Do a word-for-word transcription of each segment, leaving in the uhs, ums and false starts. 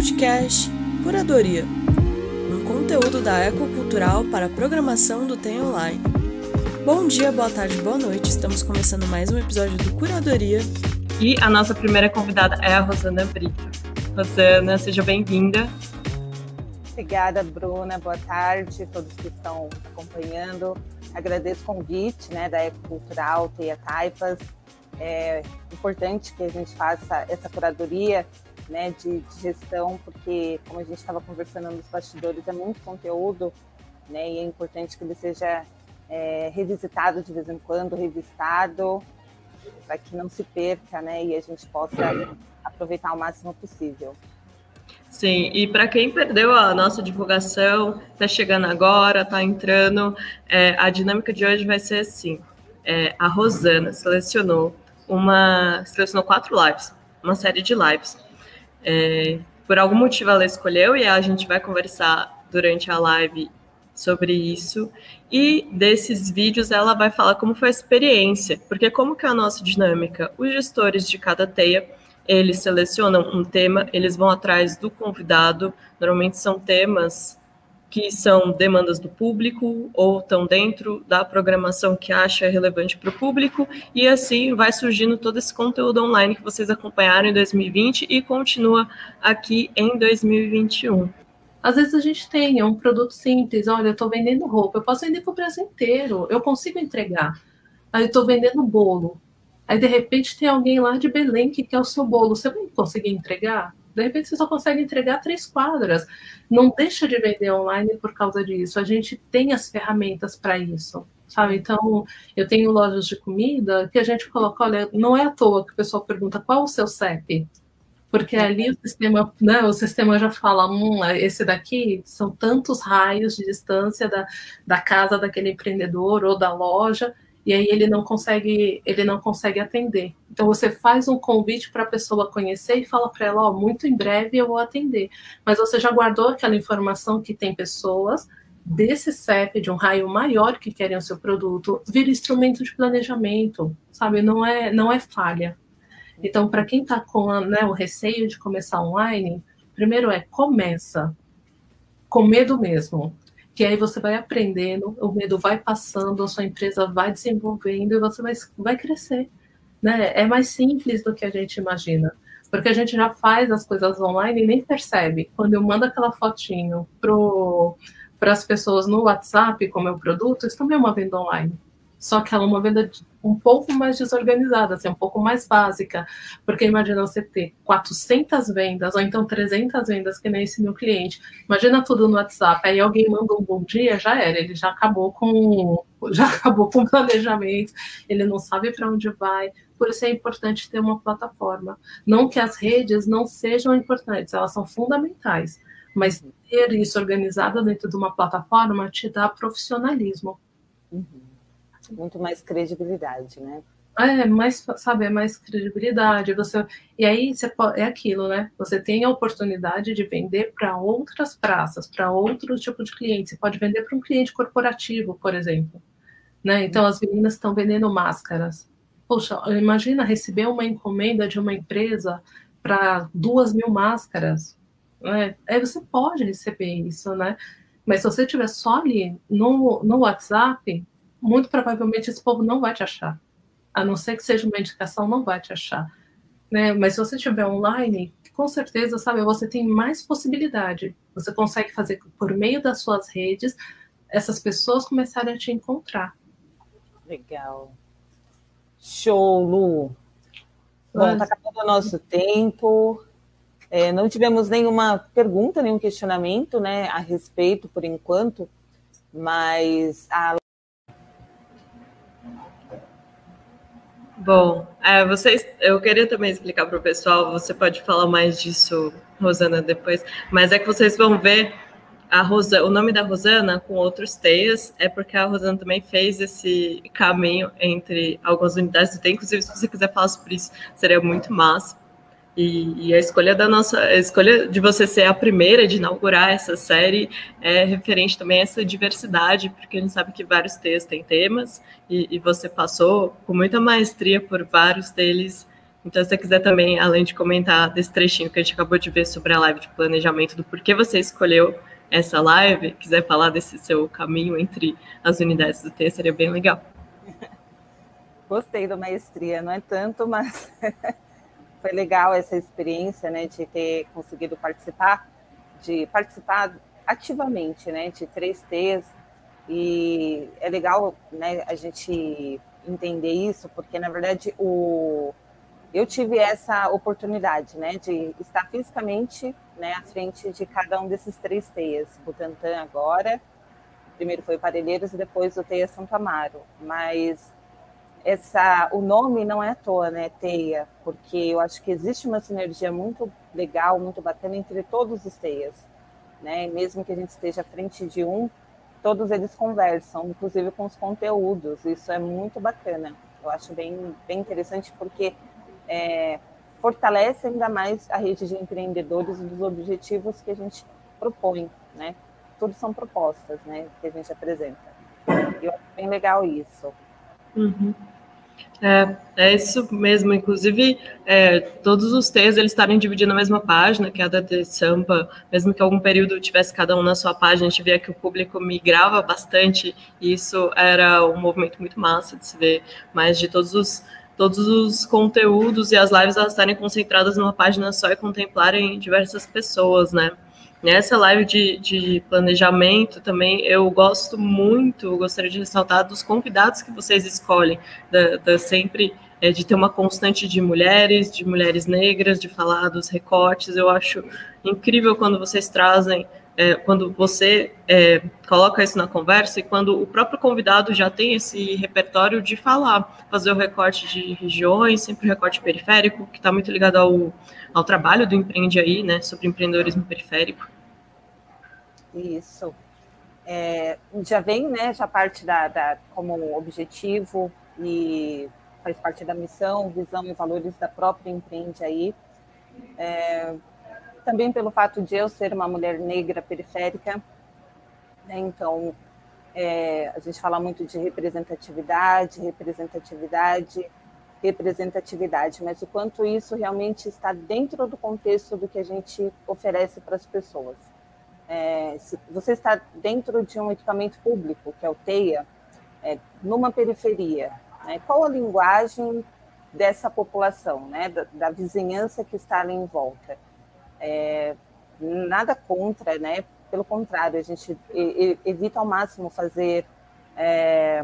podcast Curadoria, um conteúdo da Ecocultural para a programação do T E M Online. Bom dia, boa tarde, boa noite, estamos começando mais um episódio do Curadoria. E a nossa primeira convidada é a Rosana Brito. Rosana, seja bem-vinda. Obrigada, Bruna, boa tarde a todos que estão acompanhando. Agradeço o convite, né, da Ecocultural, Teia Taipas. É importante que a gente faça essa curadoria, né, de, de gestão, porque, como a gente estava conversando nos bastidores, é muito conteúdo, né, e é importante que ele seja é, revisitado de vez em quando, revistado, para que não se perca, né, e a gente possa aproveitar o máximo possível. Sim, e para quem perdeu a nossa divulgação, está chegando agora, está entrando, é, a dinâmica de hoje vai ser assim. É, a Rosana selecionou uma, selecionou quatro lives, uma série de lives. É, por algum motivo ela escolheu e a gente vai conversar durante a live sobre isso. E desses vídeos ela vai falar como foi a experiência, porque como que é a nossa dinâmica? Os gestores de cada teia, eles selecionam um tema, eles vão atrás do convidado, normalmente são temas que são demandas do público ou estão dentro da programação que acha relevante para o público, e assim vai surgindo todo esse conteúdo online que vocês acompanharam em dois mil e vinte e continua aqui em dois mil e vinte e um. Às vezes a gente tem um produto simples, olha, eu estou vendendo roupa, eu posso vender para o Brasil inteiro, eu consigo entregar. Aí eu estou vendendo bolo. Aí, de repente, tem alguém lá de Belém que quer o seu bolo. Você vai conseguir entregar? De repente, você só consegue entregar três quadras. Não deixa de vender online por causa disso. A gente tem as ferramentas para isso, sabe? Então, eu tenho lojas de comida que a gente coloca, olha, não é à toa que o pessoal pergunta qual o seu C E P. Porque ali o sistema, né, o sistema já fala, hum, esse daqui são tantos raios de distância da, da casa daquele empreendedor ou da loja, e aí ele não consegue, ele não consegue atender. Então você faz um convite para a pessoa conhecer e fala para ela, ó, muito em breve eu vou atender. Mas você já guardou aquela informação que tem pessoas desse C E P, de um raio maior que querem o seu produto, vira instrumento de planejamento, sabe? Não é, não é falha. Então, para quem está com, né, o receio de começar online, primeiro é, começa com medo mesmo. Que aí você vai aprendendo, o medo vai passando, a sua empresa vai desenvolvendo e você vai, vai crescer. Né? É mais simples do que a gente imagina, porque a gente já faz as coisas online e nem percebe. Quando eu mando aquela fotinho para as pessoas no WhatsApp com o meu produto, isso também é uma venda online. Só que ela é uma venda um pouco mais desorganizada, assim, um pouco mais básica, porque imagina você ter quatrocentas vendas, ou então trezentas vendas, que nem esse meu cliente. Imagina tudo no WhatsApp, aí alguém manda um bom dia, já era, ele já acabou com, já acabou com o planejamento, ele não sabe para onde vai. Por isso é importante ter uma plataforma. Não que as redes não sejam importantes, elas são fundamentais, mas ter isso organizado dentro de uma plataforma te dá profissionalismo. Uhum. Muito mais credibilidade, né? É, mais, sabe, é mais credibilidade. Você, e aí você pode, é aquilo, né? Você tem a oportunidade de vender para outras praças, para outro tipo de cliente. Você pode vender para um cliente corporativo, por exemplo. Né? Então, as meninas estão vendendo máscaras. Poxa, imagina receber uma encomenda de uma empresa para duas mil máscaras. Né? Aí você pode receber isso, né? Mas se você estiver só ali no, no WhatsApp, muito provavelmente esse povo não vai te achar. A não ser que seja uma indicação, não vai te achar. Né? Mas se você estiver online, com certeza, sabe, você tem mais possibilidade. Você consegue fazer por meio das suas redes essas pessoas começarem a te encontrar. Legal. Show, Lu. Bom, está acabando o nosso tempo. É, não tivemos nenhuma pergunta, nenhum questionamento, né, a respeito, por enquanto, mas a Bom, é, vocês, eu queria também explicar para o pessoal, você pode falar mais disso, Rosana, depois, mas é que vocês vão ver a Rosa, o nome da Rosana com outros teias, é porque a Rosana também fez esse caminho entre algumas unidades do T E, inclusive se você quiser falar sobre isso, seria muito massa. E, e a escolha da nossa, a escolha de você ser a primeira de inaugurar essa série é referente também a essa diversidade, porque a gente sabe que vários teias têm temas, e, e você passou com muita maestria por vários deles Então, se você quiser também, além de comentar desse trechinho que a gente acabou de ver sobre a live de planejamento, do porquê você escolheu essa live, quiser falar desse seu caminho entre as unidades do T E A, seria bem legal. Gostei da maestria, não é tanto, mas foi legal essa experiência, né, de ter conseguido participar, de participar ativamente, né, de três T E As, e é legal, né, a gente entender isso, porque, na verdade, o... eu tive essa oportunidade, né, de estar fisicamente, né, à frente de cada um desses três T E As, Butantã agora, primeiro foi o Parelheiros e depois o T E A Santo Amaro, mas essa, o nome não é à toa, né, T E A, porque eu acho que existe uma sinergia muito legal, muito bacana entre todos os T E As, né, mesmo que a gente esteja à frente de um, todos eles conversam, inclusive com os conteúdos, isso é muito bacana, eu acho bem, bem interessante, porque é, fortalece ainda mais a rede de empreendedores e dos objetivos que a gente propõe, né, tudo são propostas, né, que a gente apresenta, eu acho bem legal isso. Uhum. É, é isso mesmo, inclusive é, todos os T E As eles estarem dividindo a mesma página, que é a da T Sampa, mesmo que algum período tivesse cada um na sua página, a gente via que o público migrava bastante, e isso era um movimento muito massa de se ver, mas de todos os, todos os conteúdos e as lives elas estarem concentradas numa página só e contemplarem diversas pessoas, né? Nessa live de, de planejamento também, eu gosto muito, gostaria de ressaltar dos convidados que vocês escolhem, da, da sempre é, de ter uma constante de mulheres, de mulheres negras, de falar dos recortes. Eu acho incrível quando vocês trazem, é, quando você é, coloca isso na conversa e quando o próprio convidado já tem esse repertório de falar, fazer o recorte de regiões, sempre o recorte periférico, que está muito ligado ao, ao trabalho do Empreende Aí, né, sobre empreendedorismo periférico. Isso. É, já vem, né, já parte da, da, como objetivo e faz parte da missão, visão e valores da própria Empreende Aí. É, também pelo fato de eu ser uma mulher negra periférica, né, então é, a gente fala muito de representatividade, representatividade, representatividade, mas o quanto isso realmente está dentro do contexto do que a gente oferece para as pessoas. É, se você está dentro de um equipamento público, que é o T E A, é, numa periferia, né, qual a linguagem dessa população, né, da, da vizinhança que está ali em volta? É, nada contra, né, pelo contrário, a gente evita ao máximo fazer é,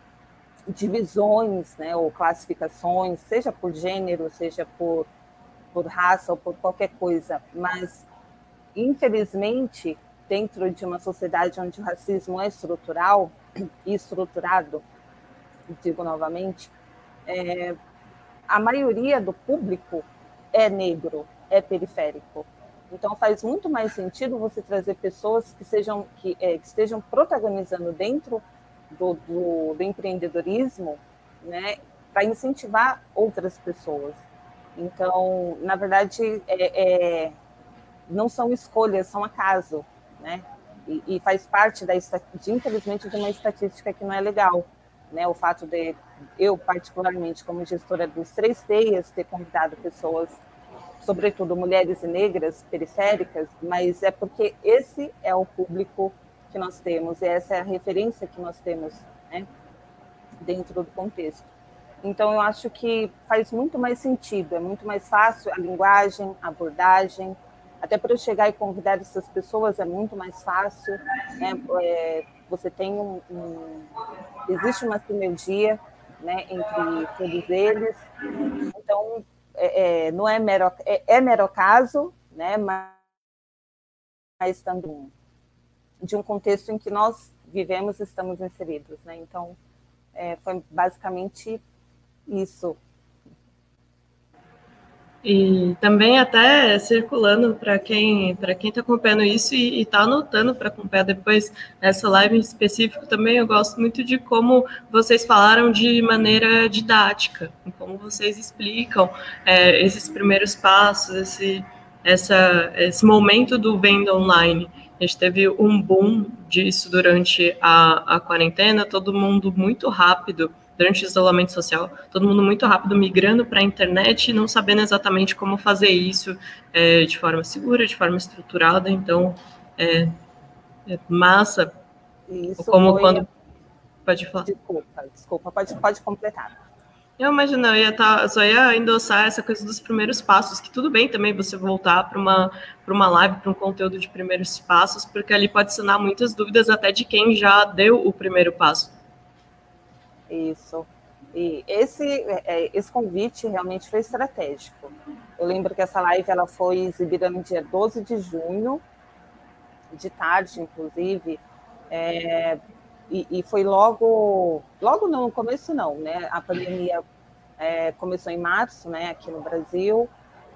divisões, né, ou classificações, seja por gênero, seja por, por raça ou por qualquer coisa, mas infelizmente, dentro de uma sociedade onde o racismo é estrutural e estruturado, digo novamente, é, a maioria do público é negro, é periférico. Então, faz muito mais sentido você trazer pessoas que, sejam, que, é, que estejam protagonizando dentro do, do, do empreendedorismo, né, para incentivar outras pessoas. Então, na verdade, é, é não são escolhas, são acaso, né? E, e faz parte da de, infelizmente, de uma estatística que não é legal, né? O fato de eu, particularmente, como gestora dos três T E As, ter convidado pessoas, sobretudo mulheres e negras periféricas, mas é porque esse é o público que nós temos, e essa é a referência que nós temos, né? Dentro do contexto. Então, eu acho que faz muito mais sentido, é muito mais fácil a linguagem, a abordagem. Até para eu chegar e convidar essas pessoas é muito mais fácil, né? É, você tem um, um... existe uma sinergia, né, entre todos eles. Então, é, é, não é mero, é, é mero caso, né, mas, mas também de um contexto em que nós vivemos e estamos inseridos, né? Então, é, foi basicamente isso. E também até circulando para quem para quem está acompanhando isso e está anotando para acompanhar depois essa live em específico também, eu gosto muito de como vocês falaram de maneira didática, como vocês explicam é, esses primeiros passos, esse, essa, esse momento do venda online. A gente teve um boom disso durante a, a quarentena, todo mundo muito rápido durante o isolamento social, todo mundo muito rápido migrando para a internet e não sabendo exatamente como fazer isso é, de forma segura, de forma estruturada. Então, é, é massa. Isso como foi... quando... Pode falar. Desculpa, desculpa, pode, pode completar. Eu imagino, eu ia tá, só ia endossar essa coisa dos primeiros passos, que tudo bem também você voltar para uma, para uma live, para um conteúdo de primeiros passos, porque ali pode sanar muitas dúvidas até de quem já deu o primeiro passo. Isso. E esse, esse convite realmente foi estratégico. Eu lembro que essa live ela foi exibida no dia doze de junho, de tarde, inclusive, é, e, e foi logo, logo no começo não, né? A pandemia é, começou em março, né, aqui no Brasil,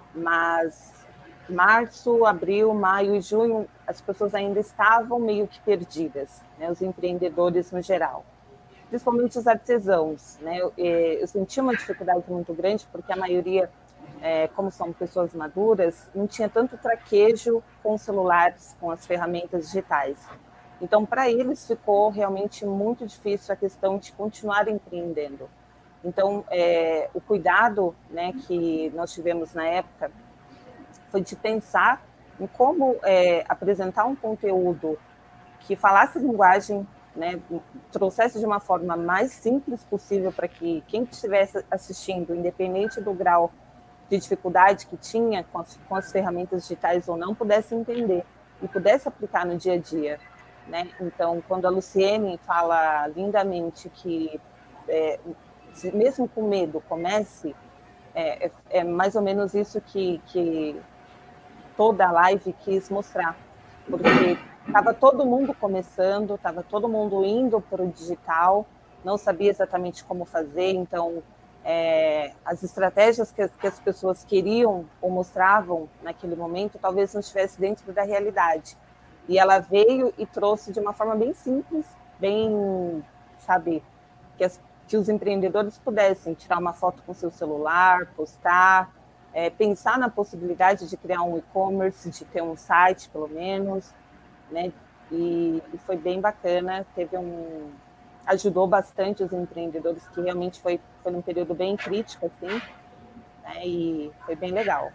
mas março, abril, maio e junho, as pessoas ainda estavam meio que perdidas, né, os empreendedores no geral, principalmente os artesãos, né? Eu, eu senti uma dificuldade muito grande porque a maioria, é, como são pessoas maduras, não tinha tanto traquejo com os celulares, com as ferramentas digitais. Então, para eles ficou realmente muito difícil a questão de continuar empreendendo. Então, é, o cuidado, né, que nós tivemos na época foi de pensar em como é, apresentar um conteúdo que falasse linguagem, né, trouxesse de uma forma mais simples possível para que quem estivesse assistindo, independente do grau de dificuldade que tinha com as, com as ferramentas digitais ou não, pudesse entender e pudesse aplicar no dia a dia, né? Então, quando a Luciene fala lindamente que, é, mesmo com medo, comece, é, é, é mais ou menos isso que, que toda a live quis mostrar, porque estava todo mundo começando, estava todo mundo indo para o digital, não sabia exatamente como fazer, então é, as estratégias que, que as pessoas queriam ou mostravam naquele momento talvez não estivesse dentro da realidade. E ela veio e trouxe de uma forma bem simples, bem, sabe, que, as, que os empreendedores pudessem tirar uma foto com seu celular, postar, é, pensar na possibilidade de criar um e-commerce, de ter um site, pelo menos, né? E, e foi bem bacana, teve um... ajudou bastante os empreendedores, que realmente foi, foi num período bem crítico, assim, né? E foi bem legal.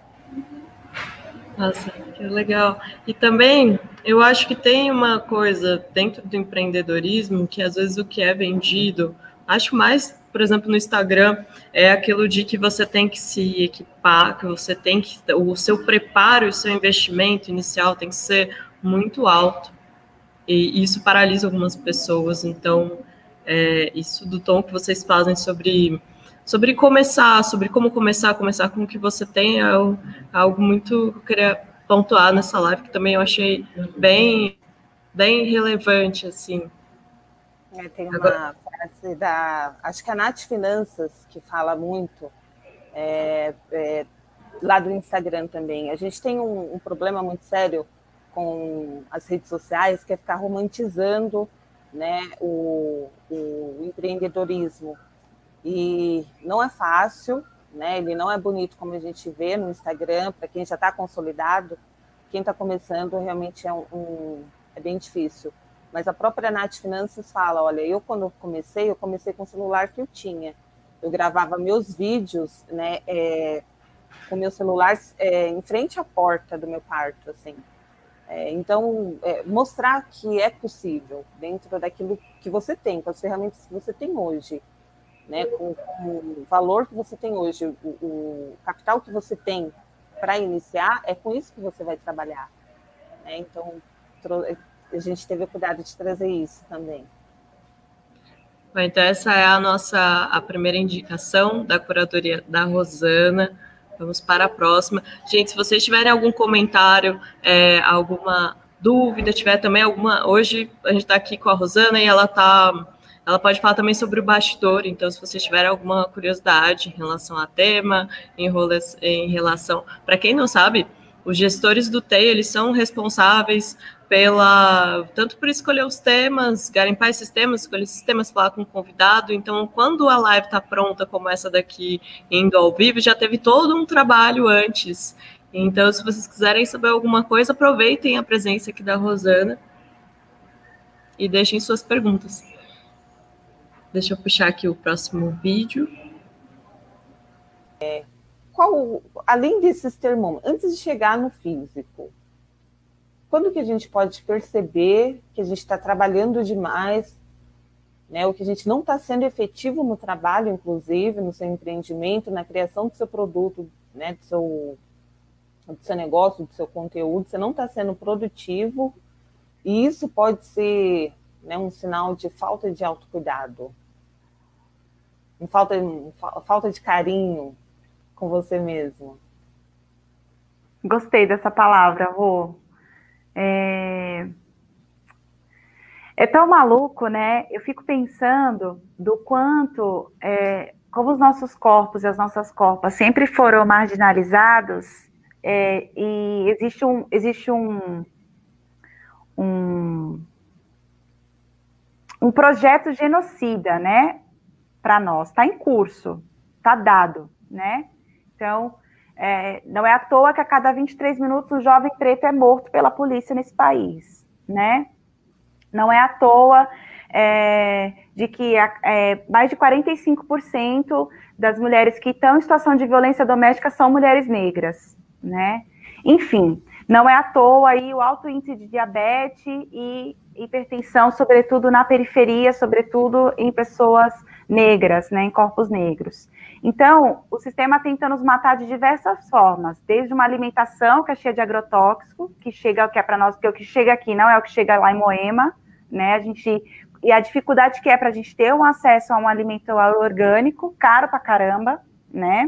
Nossa, que legal. E também, eu acho que tem uma coisa dentro do empreendedorismo que, às vezes, o que é vendido, acho mais, por exemplo, no Instagram, é aquilo de que você tem que se equipar, que você tem que... o seu preparo, o seu investimento inicial tem que ser muito alto. E isso paralisa algumas pessoas. Então, é, isso do tom que vocês fazem sobre... sobre começar, sobre como começar, começar com o que você tem, é algo muito que eu queria pontuar nessa live, que também eu achei bem, bem relevante, assim. É, tem uma Agora... frase da, acho que é a Nath Finanças, que fala muito, é, é, lá do Instagram também. A gente tem um, um problema muito sério com as redes sociais, que é ficar romantizando, né, o, o empreendedorismo. E não é fácil, né? Ele não é bonito como a gente vê no Instagram, para quem já está consolidado. Quem está começando realmente é, um, um, é bem difícil. Mas a própria Nath Finanças fala, olha, eu quando comecei, eu comecei com o celular que eu tinha. Eu gravava meus vídeos, né, é, com meu celular é, em frente à porta do meu quarto, assim. É, então, é, mostrar que é possível, dentro daquilo que você tem, com as ferramentas que você tem hoje, né, com, com o valor que você tem hoje, o, o capital que você tem para iniciar, é com isso que você vai trabalhar, né? Então, a gente teve o cuidado de trazer isso também. Bom, então, essa é a nossa a primeira indicação da curadoria da Rosana. Vamos para a próxima. Gente, se vocês tiverem algum comentário, é, alguma dúvida, tiver também alguma... Hoje a gente está aqui com a Rosana e ela está... Ela pode falar também sobre o bastidor, então se vocês tiverem alguma curiosidade em relação a tema, em, rola, em relação... Para quem não sabe, os gestores do T E I, eles são responsáveis pela... tanto por escolher os temas, garimpar esses temas, escolher esses temas, falar com o convidado. Então, quando a live está pronta, como essa daqui, indo ao vivo, já teve todo um trabalho antes. Então, se vocês quiserem saber alguma coisa, aproveitem a presença aqui da Rosana e deixem suas perguntas. Deixa eu puxar aqui o próximo vídeo. É, qual, além desses termômetros, antes de chegar no físico, quando que a gente pode perceber que a gente está trabalhando demais, né, ou que a gente não está sendo efetivo no trabalho, inclusive, no seu empreendimento, na criação do seu produto, né, do seu, do seu negócio, do seu conteúdo, você não está sendo produtivo, e isso pode ser, né, um sinal de falta de autocuidado, um falta, um, falta de carinho com você mesmo. Gostei dessa palavra, Rô. É... é tão maluco, né? Eu fico pensando do quanto, é, como os nossos corpos e as nossas corpas sempre foram marginalizados, é, e existe um, existe um, um, um projeto genocida, né? Para nós, está em curso, está dado, né? Então, é, não é à toa que a cada vinte e três minutos um jovem preto é morto pela polícia nesse país, né? Não é à toa é, de que é, mais de quarenta e cinco por cento das mulheres que estão em situação de violência doméstica são mulheres negras, né? Enfim, não é à toa aí o alto índice de diabetes e hipertensão, sobretudo na periferia, sobretudo em pessoas negras, né, em corpos negros. Então, o sistema tenta nos matar de diversas formas, desde uma alimentação que é cheia de agrotóxico, que chega, que é para nós, porque o que chega aqui não é o que chega lá em Moema, né, a gente, e a dificuldade que é para a gente ter um acesso a um alimento orgânico, caro pra caramba, né,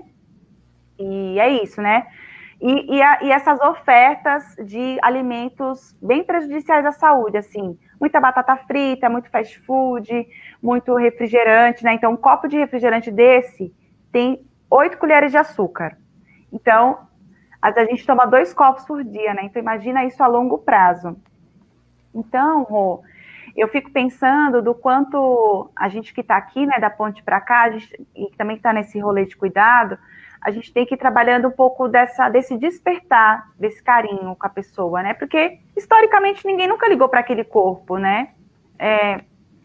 e é isso, né, e, e, a, e essas ofertas de alimentos bem prejudiciais à saúde, assim, muita batata frita, muito fast food, muito refrigerante, né? Então, um copo de refrigerante desse tem oito colheres de açúcar. Então, a gente toma dois copos por dia, né? Então, imagina isso a longo prazo. Então, Rô, eu fico pensando do quanto a gente que está aqui, né, da ponte para cá, a gente, e também está nesse rolê de cuidado, a gente tem que ir trabalhando um pouco dessa, desse despertar, desse carinho com a pessoa, né? Porque, historicamente, ninguém nunca ligou para aquele corpo, né? É,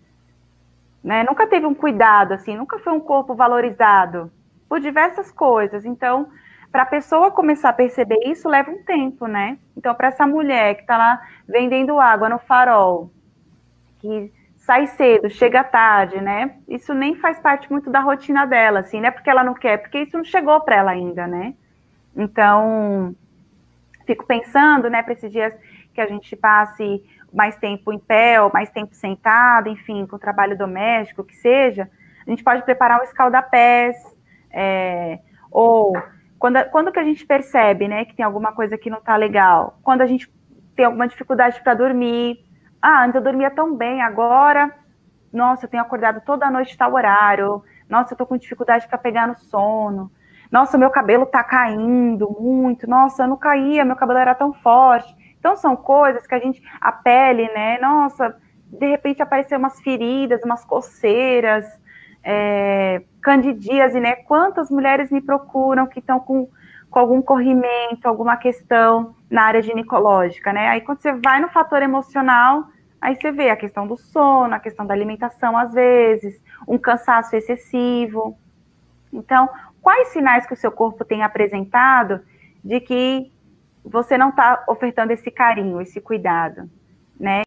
né? Nunca teve um cuidado, assim, nunca foi um corpo valorizado por diversas coisas. Então, para a pessoa começar a perceber isso, leva um tempo, né? Então, para essa mulher que está lá vendendo água no farol, que sai cedo, chega tarde, né? Isso nem faz parte muito da rotina dela, assim, não é porque ela não quer, porque isso não chegou para ela ainda, né? Então, fico pensando, né, para esses dias que a gente passe mais tempo em pé, ou mais tempo sentado, enfim, com o trabalho doméstico, que seja, a gente pode preparar um escaldapés, é, ou quando, quando que a gente percebe, né, que tem alguma coisa que não tá legal? Quando a gente tem alguma dificuldade para dormir. Ah, antes eu dormia tão bem, agora, nossa, eu tenho acordado toda noite tal horário, nossa, eu tô com dificuldade para pegar no sono, nossa, meu cabelo tá caindo muito, nossa, eu não caía, meu cabelo era tão forte. Então, são coisas que a gente, a pele, né, nossa, de repente apareceu umas feridas, umas coceiras, é, candidíase, né, quantas mulheres me procuram que estão com, com algum corrimento, alguma questão na área ginecológica, né, aí quando você vai no fator emocional, aí você vê a questão do sono, a questão da alimentação, às vezes, um cansaço excessivo. Então, quais sinais que o seu corpo tem apresentado de que você não está ofertando esse carinho, esse cuidado, né?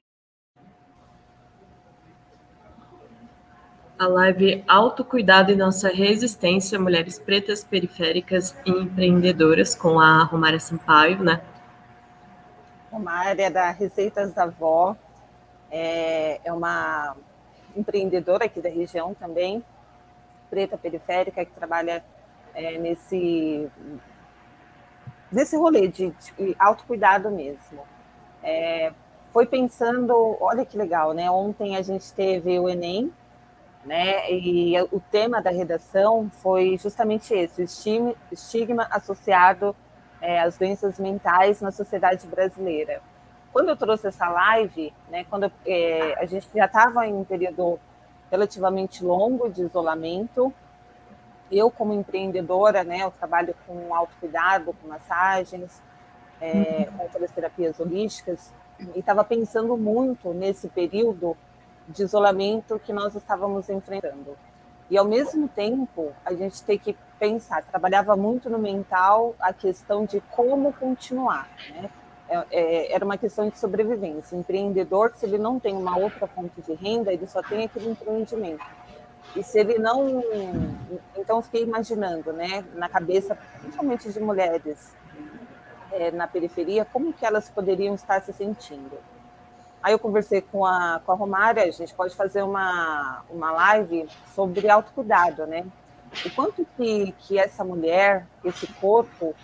A live Autocuidado e Nossa Resistência, Mulheres Pretas, Periféricas e Empreendedoras, com a Romária Sampaio, né? Romária, da Receitas da Vó, é, é uma empreendedora aqui da região também, preta periférica, que trabalha é, nesse, nesse rolê de, de autocuidado mesmo. É, foi pensando, olha que legal, né? Ontem a gente teve o Enem, né? E o tema da redação foi justamente esse, o estigma, estigma associado é, às doenças mentais na sociedade brasileira. Quando eu trouxe essa live, né, quando é, a gente já estava em um período relativamente longo de isolamento, eu como empreendedora, né, eu trabalho com autocuidado, com massagens, é, com outras terapias holísticas, e estava pensando muito nesse período de isolamento que nós estávamos enfrentando. E, ao mesmo tempo, a gente tem que pensar, trabalhava muito no mental a questão de como continuar, né? É, é, era uma questão de sobrevivência. O empreendedor, se ele não tem uma outra fonte de renda, ele só tem aquele empreendimento. E se ele não... Então, fiquei imaginando, né, na cabeça, principalmente de mulheres é, na periferia, como que elas poderiam estar se sentindo. Aí eu conversei com a, com a Romária, a gente pode fazer uma, uma live sobre autocuidado, né? O quanto que, que essa mulher, esse corpo,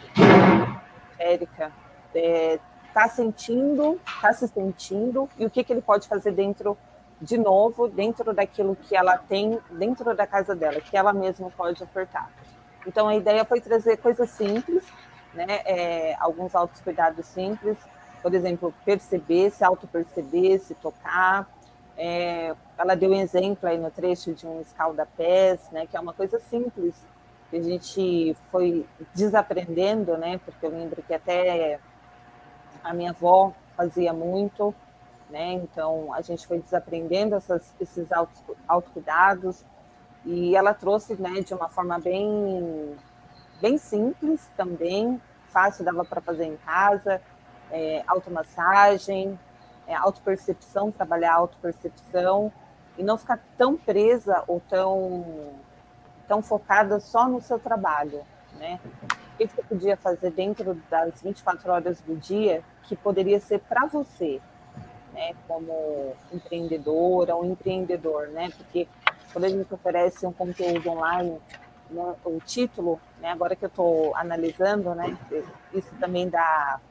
Érica, está é, sentindo, está se sentindo, e o que, que ele pode fazer dentro, de novo, dentro daquilo que ela tem, dentro da casa dela, que ela mesma pode ofertar. Então, a ideia foi trazer coisas simples, né? É, alguns autocuidados simples, por exemplo, perceber, se auto-perceber, se tocar. É, ela deu um exemplo aí no trecho de um escalda-pés, né, que é uma coisa simples, que a gente foi desaprendendo, né, porque eu lembro que até a minha avó fazia muito, né, então a gente foi desaprendendo essas, esses autocuidados, e ela trouxe, né, de uma forma bem, bem simples também, fácil, dava para fazer em casa. É, automassagem, é, autopercepção, trabalhar a autopercepção e não ficar tão presa ou tão, tão focada só no seu trabalho, né? O que você podia fazer dentro das vinte e quatro horas do dia que poderia ser para você, né? Como empreendedora ou empreendedor, né? Porque quando a gente oferece um conteúdo online, né, o título, né, agora que eu estou analisando, né, isso também dá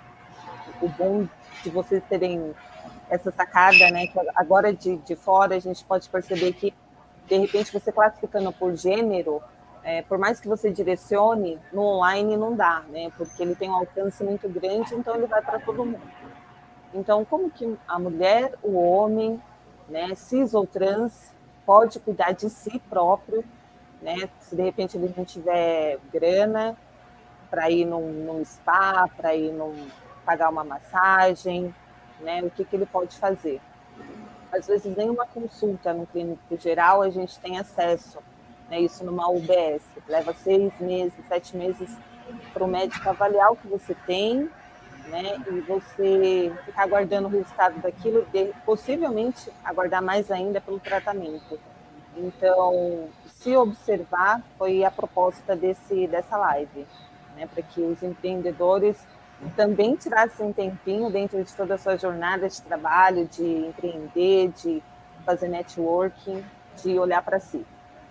o bom de vocês terem essa sacada, né? Que agora de, de fora a gente pode perceber que, de repente, você classificando por gênero, é, por mais que você direcione, no online não dá, né? Porque ele tem um alcance muito grande, então ele vai para todo mundo. Então, como que a mulher, o homem, né, cis ou trans, pode cuidar de si próprio, né? Se de repente ele não tiver grana para ir num, num spa, para ir num pagar uma massagem, né? O que, que ele pode fazer? Às vezes nem uma consulta no clínico geral a gente tem acesso, né? Isso numa U B S, leva seis meses, sete meses para o médico avaliar o que você tem, né? E você ficar aguardando o resultado daquilo, de, possivelmente aguardar mais ainda pelo tratamento. Então, se observar, foi a proposta desse, dessa live, né? Para que os empreendedores também tirassem um tempinho dentro de toda a sua jornada de trabalho, de empreender, de fazer networking, de olhar para si.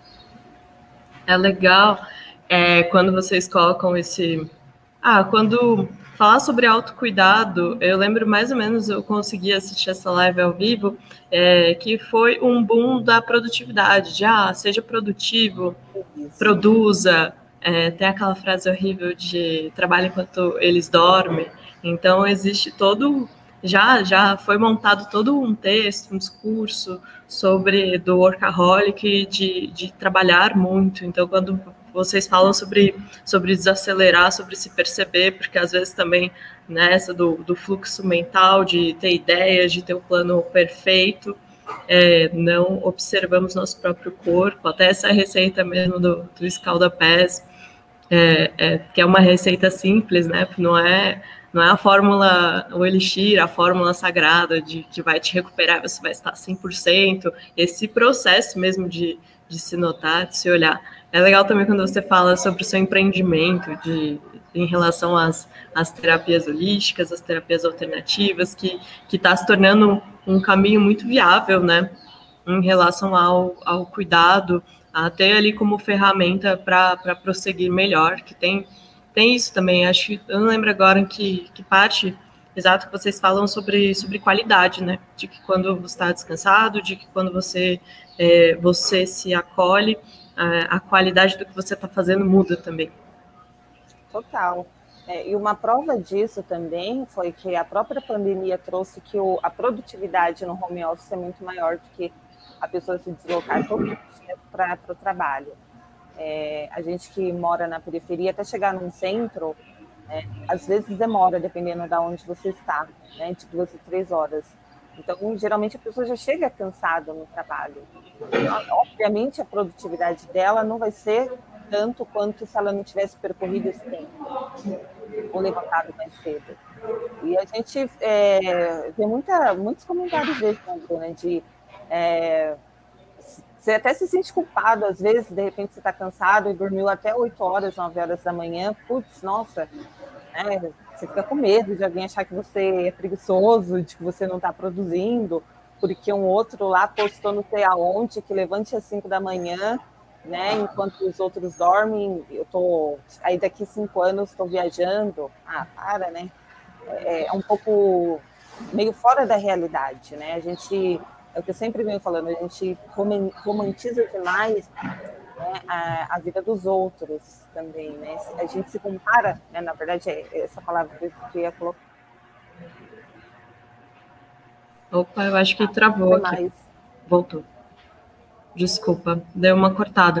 É legal é, quando vocês colocam esse... Ah, quando falar sobre autocuidado, eu lembro mais ou menos, eu consegui assistir essa live ao vivo, é, que foi um boom da produtividade, de, ah, seja produtivo, Isso. produza... É, tem aquela frase horrível de trabalho enquanto eles dormem. Então, existe todo... Já, já foi montado todo um texto, um discurso sobre do workaholic, de, de trabalhar muito. Então, quando vocês falam sobre, sobre desacelerar, sobre se perceber, porque às vezes também nessa do, do fluxo mental, de ter ideias, de ter o plano perfeito, é, não observamos nosso próprio corpo, até essa receita mesmo do, do escalda-pés, é, é, que é uma receita simples, né? Não é, não é a fórmula, o elixir, a fórmula sagrada de que vai te recuperar, você vai estar cem por cento. Esse processo mesmo de, de se notar, de se olhar. É legal também quando você fala sobre o seu empreendimento de, em relação às, às terapias holísticas, às terapias alternativas, que está se tornando um, um caminho muito viável, né? Em relação ao, ao cuidado, até ali como ferramenta para prosseguir melhor, que tem, tem isso também, acho que, eu não lembro agora que, que parte, exato, que vocês falam sobre, sobre qualidade, né, de que quando você está descansado, de que quando você, é, você se acolhe, a, a qualidade do que você está fazendo muda também. Total. É, e uma prova disso também foi que a própria pandemia trouxe que o, a produtividade no home office é muito maior do que a pessoa se deslocar todo dia para o trabalho. É, a gente que mora na periferia, até chegar num centro, é, às vezes demora, dependendo de onde você está, né, de duas e três horas. Então, geralmente, a pessoa já chega cansada no trabalho. Obviamente, a produtividade dela não vai ser tanto quanto se ela não tivesse percorrido esse tempo, ou levantado mais cedo. E a gente é, vê muita, muitos comentários desses, né, Bruna, de... É, você até se sente culpado, às vezes, de repente você está cansado e dormiu até oito horas, nove horas da manhã, putz, nossa, né, você fica com medo de alguém achar que você é preguiçoso, de que você não está produzindo, porque um outro lá postou não sei aonde, que levante às cinco da manhã, né, enquanto os outros dormem, eu tô, aí daqui cinco anos estou viajando, ah, para, né, é, é um pouco meio fora da realidade, né, a gente... É o que eu sempre venho falando, a gente romantiza demais, né, a, a vida dos outros também, né? A gente se compara, né, na verdade, é essa palavra que eu ia colocar. Opa, eu acho que travou aqui. Mais. Voltou. Desculpa, deu uma cortada.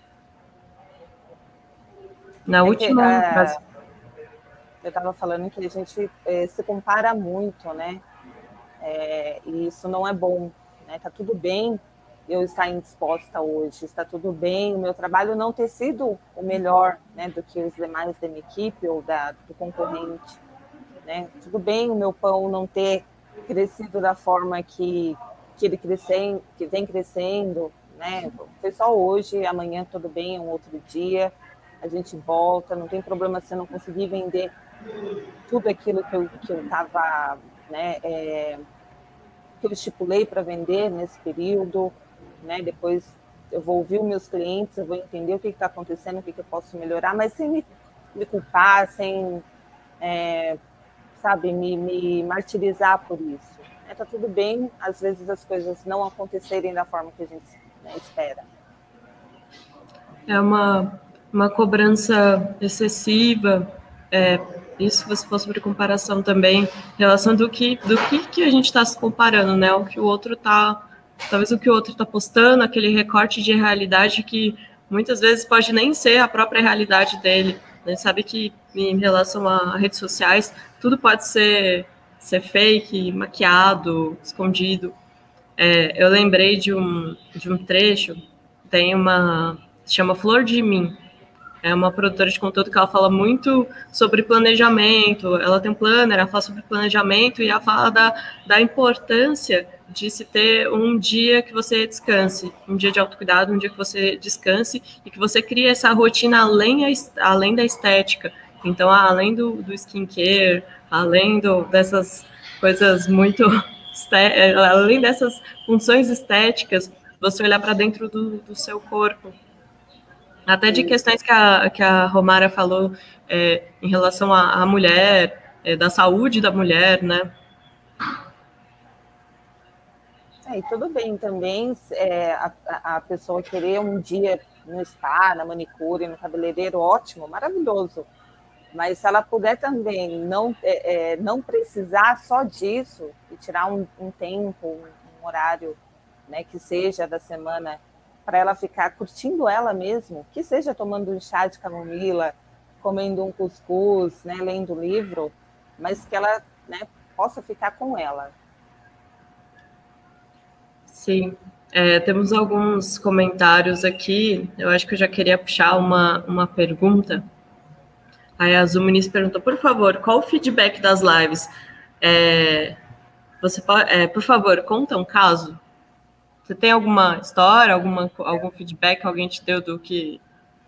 Na é última que, uh, frase. Eu estava falando que a gente é, se compara muito, né? É, e isso não é bom, né? Tá tudo bem eu estar indisposta hoje, está tudo bem o meu trabalho não ter sido o melhor, né, do que os demais da minha equipe ou da, do concorrente, né? Tudo bem o meu pão não ter crescido da forma que, que ele crescem, que vem crescendo, né? Foi só hoje, amanhã tudo bem, é um outro dia, a gente volta, não tem problema se eu não conseguir vender tudo aquilo que eu que eu estava, né, é, que eu estipulei para vender nesse período, né? Depois eu vou ouvir os meus clientes, eu vou entender o que está acontecendo, o que, que eu posso melhorar, mas sem me, me culpar, sem, é, sabe, me, me martirizar por isso. Está, né, tudo bem, às vezes as coisas não acontecerem da forma que a gente, né, espera. É uma, uma cobrança excessiva, é, isso você falou sobre comparação também, em relação do que, do que, que a gente está se comparando, né? O que o outro está, talvez o que o outro está postando, aquele recorte de realidade que muitas vezes pode nem ser a própria realidade dele. A gente sabe que em relação a redes sociais, tudo pode ser, ser fake, maquiado, escondido. É, eu lembrei de um, de um trecho, tem uma, se chama Flor de Mim, é uma produtora de conteúdo que ela fala muito sobre planejamento, ela tem um planner, ela fala sobre planejamento e ela fala da, da importância de se ter um dia que você descanse, um dia de autocuidado, um dia que você descanse e que você crie essa rotina além, a, além da estética. Então, além do, do skincare, além do, dessas coisas muito... além dessas funções estéticas, você olhar para dentro do, do seu corpo. Até de questões que a, que a Romara falou é, em relação à, à mulher, é, da saúde da mulher, né? É, e tudo bem também é, a, a pessoa querer um dia no spa, na manicure, no cabeleireiro, ótimo, maravilhoso. Mas se ela puder também não, é, é, não precisar só disso e tirar um, um tempo, um, um horário, né, que seja da semana, para ela ficar curtindo ela mesmo, que seja tomando um chá de camomila, comendo um cuscuz, né, lendo um livro, mas que ela, né, possa ficar com ela. Sim, é, temos alguns comentários aqui, eu acho que eu já queria puxar uma, uma pergunta. Aí a Azul Muniz perguntou, por favor, qual o feedback das lives? É, você pode, é, por favor, conta um caso. Você tem alguma história, alguma, algum feedback que alguém te deu do que...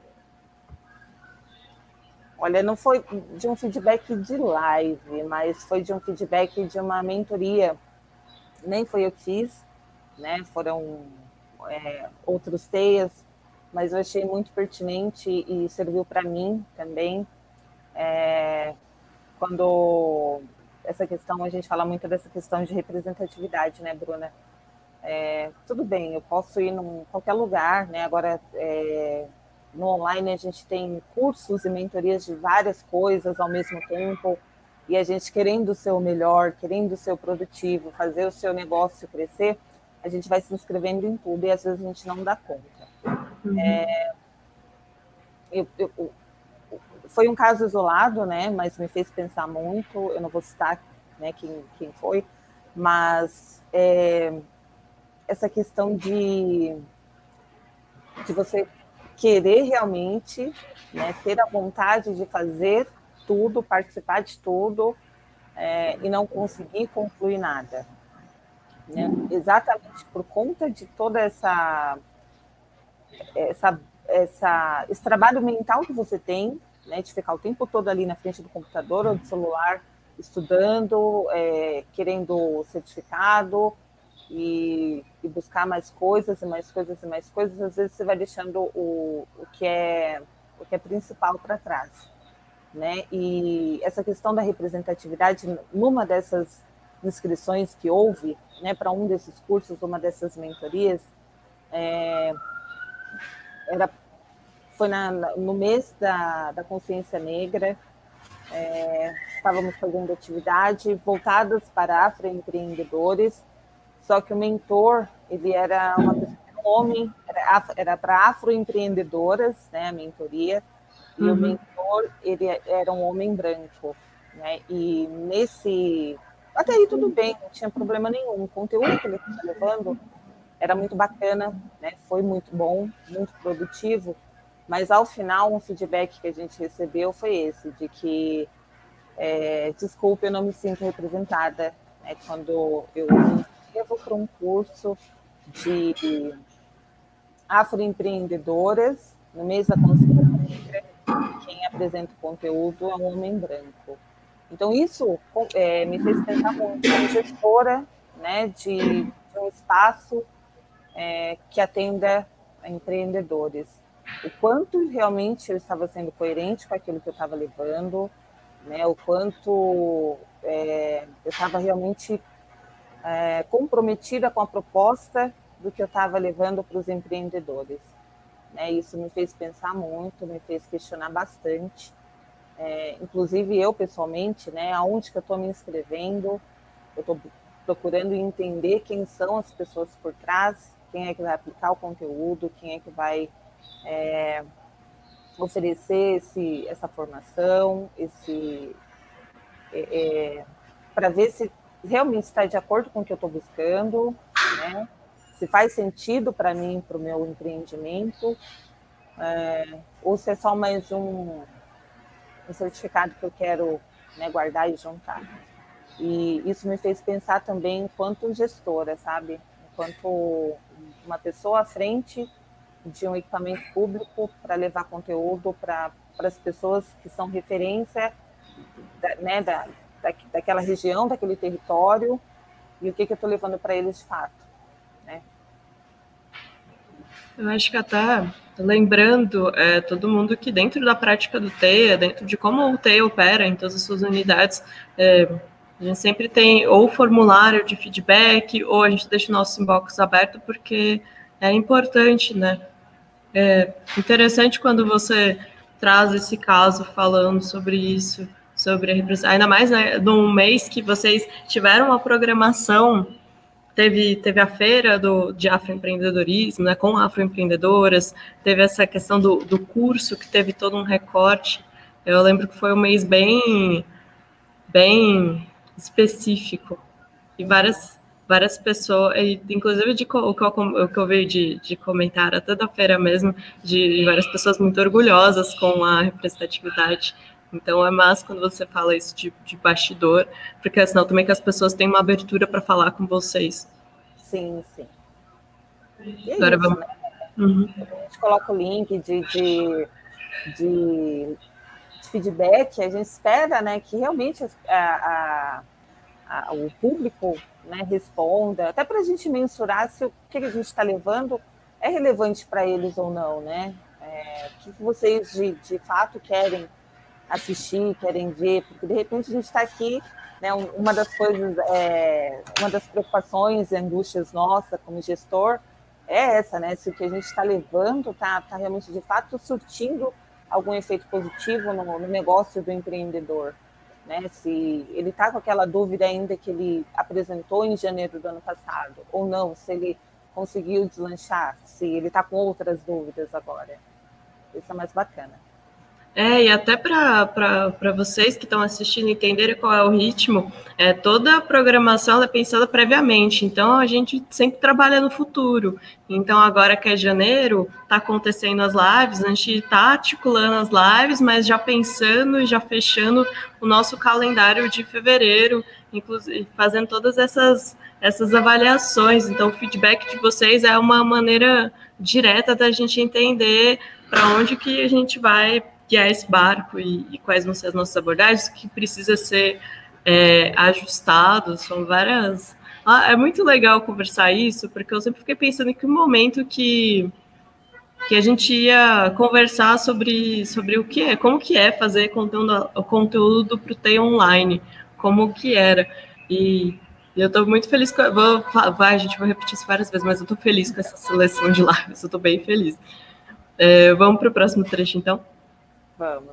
Olha, não foi de um feedback de live, mas foi de um feedback de uma mentoria. Nem foi eu que fiz, né? Foram é, outros teias, mas eu achei muito pertinente e serviu para mim também. É, quando essa questão, a gente fala muito dessa questão de representatividade, né, Bruna? É, tudo bem, eu posso ir em qualquer lugar, né? Agora, é, no online, a gente tem cursos e mentorias de várias coisas ao mesmo tempo, e a gente querendo ser o melhor, querendo ser o produtivo, fazer o seu negócio crescer, a gente vai se inscrevendo em tudo e às vezes a gente não dá conta. Uhum. É, eu, eu, foi um caso isolado, né? Mas me fez pensar muito, eu não vou citar, né, quem, quem foi, mas é, essa questão de, de você querer realmente, né, ter a vontade de fazer tudo, participar de tudo, é, e não conseguir concluir nada. Né? Exatamente por conta de toda essa, essa, essa esse trabalho mental que você tem, né, de ficar o tempo todo ali na frente do computador ou do celular, estudando, é, querendo certificado e, e buscar mais coisas e mais coisas e mais coisas, às vezes você vai deixando o, o, que, é, o que é principal para trás. Né? E essa questão da representatividade, numa dessas inscrições que houve, né, para um desses cursos, uma dessas mentorias, é, era, foi na, no mês da, da consciência negra, é, estávamos fazendo atividade voltadas para afroempreendedores, só que o mentor, ele era uma pessoa, um homem, era, era para afroempreendedoras, né, a mentoria, e uhum. o mentor, ele era um homem branco, né, e nesse, até aí tudo bem, não tinha problema nenhum, o conteúdo que ele estava levando era muito bacana, né, foi muito bom, muito produtivo, mas ao final um feedback que a gente recebeu foi esse, de que, é, desculpe, eu não me sinto representada, né, quando eu me inscrevo para um curso de afroempreendedoras, no mês da consciência negra, quem apresenta o conteúdo é um homem branco. Então, isso é, me fez pensar muito como gestora, né, de, de um espaço é, que atenda a empreendedores. O quanto realmente eu estava sendo coerente com aquilo que eu estava levando, né, o quanto é, eu estava realmente é, comprometida com a proposta do que eu estava levando para os empreendedores. Né, isso me fez pensar muito, me fez questionar bastante. É, inclusive eu, pessoalmente, né, aonde que eu estou me inscrevendo, eu estou procurando entender quem são as pessoas por trás, quem é que vai aplicar o conteúdo, quem é que vai é, oferecer esse, essa formação, esse, é, é, para ver se realmente está de acordo com o que eu estou buscando, né? Se faz sentido para mim, para o meu empreendimento, é, ou se é só mais um, um certificado que eu quero, né, guardar e juntar. E isso me fez pensar também enquanto gestora, sabe? Enquanto uma pessoa à frente de um equipamento público para levar conteúdo para as pessoas que são referência da, né, da, da, daquela região, daquele território, e o que, que eu estou levando para eles de fato. Né? Eu acho que até lembrando é, todo mundo que dentro da prática do T E A, dentro de como o T E A opera em todas as suas unidades, é, a gente sempre tem ou formulário de feedback, ou a gente deixa o nosso inbox aberto, porque é importante, né? É interessante quando você traz esse caso falando sobre isso, sobre a representação, ainda mais, né, num mês que vocês tiveram uma programação. Teve, teve a feira do, de afroempreendedorismo, né, com afroempreendedoras, teve essa questão do, do curso, que teve todo um recorte. Eu lembro que foi um mês bem, bem específico. E várias, várias pessoas, e, inclusive de, o, que eu, o que eu vi de, de comentário até da feira mesmo, de várias pessoas muito orgulhosas com a representatividade. Então é massa quando você fala isso de, de bastidor, porque senão também que as pessoas têm uma abertura para falar com vocês. Sim, sim. E é Agora isso, vamos... né? Uhum. A gente coloca o link de, de, de, de feedback, a gente espera, né, que realmente a, a, a, o público, né, responda, até para a gente mensurar se o que a gente está levando é relevante para eles ou não, né? É, o que vocês de, de fato querem assistir, querem ver, porque de repente a gente está aqui, né, uma das coisas, é, uma das preocupações e angústias nossa como gestor é essa, né, se o que a gente está levando está tá realmente de fato surtindo algum efeito positivo no, no negócio do empreendedor, né, se ele está com aquela dúvida ainda que ele apresentou em janeiro do ano passado, ou não, se ele conseguiu deslanchar, se ele está com outras dúvidas agora. Isso é mais bacana. É, e até para vocês que estão assistindo entenderem qual é o ritmo, é, toda a programação é pensada previamente, então a gente sempre trabalha no futuro. Então agora que é janeiro, está acontecendo as lives, a gente está articulando as lives, mas já pensando e já fechando o nosso calendário de fevereiro, inclusive fazendo todas essas, essas avaliações. Então o feedback de vocês é uma maneira direta da gente entender para onde que a gente vai guiar esse barco e, e quais vão ser as nossas abordagens, que precisa ser é, ajustado, são várias... Ah, é muito legal conversar isso, porque eu sempre fiquei pensando em que momento que, que a gente ia conversar sobre, sobre o que é, como que é fazer conteúdo, o conteúdo para o T E I Online, como que era, e eu estou muito feliz com... Vou, vai, a gente vai repetir isso várias vezes, mas eu estou feliz com essa seleção de lives, eu estou bem feliz. É, vamos para o próximo trecho, então? Vamos.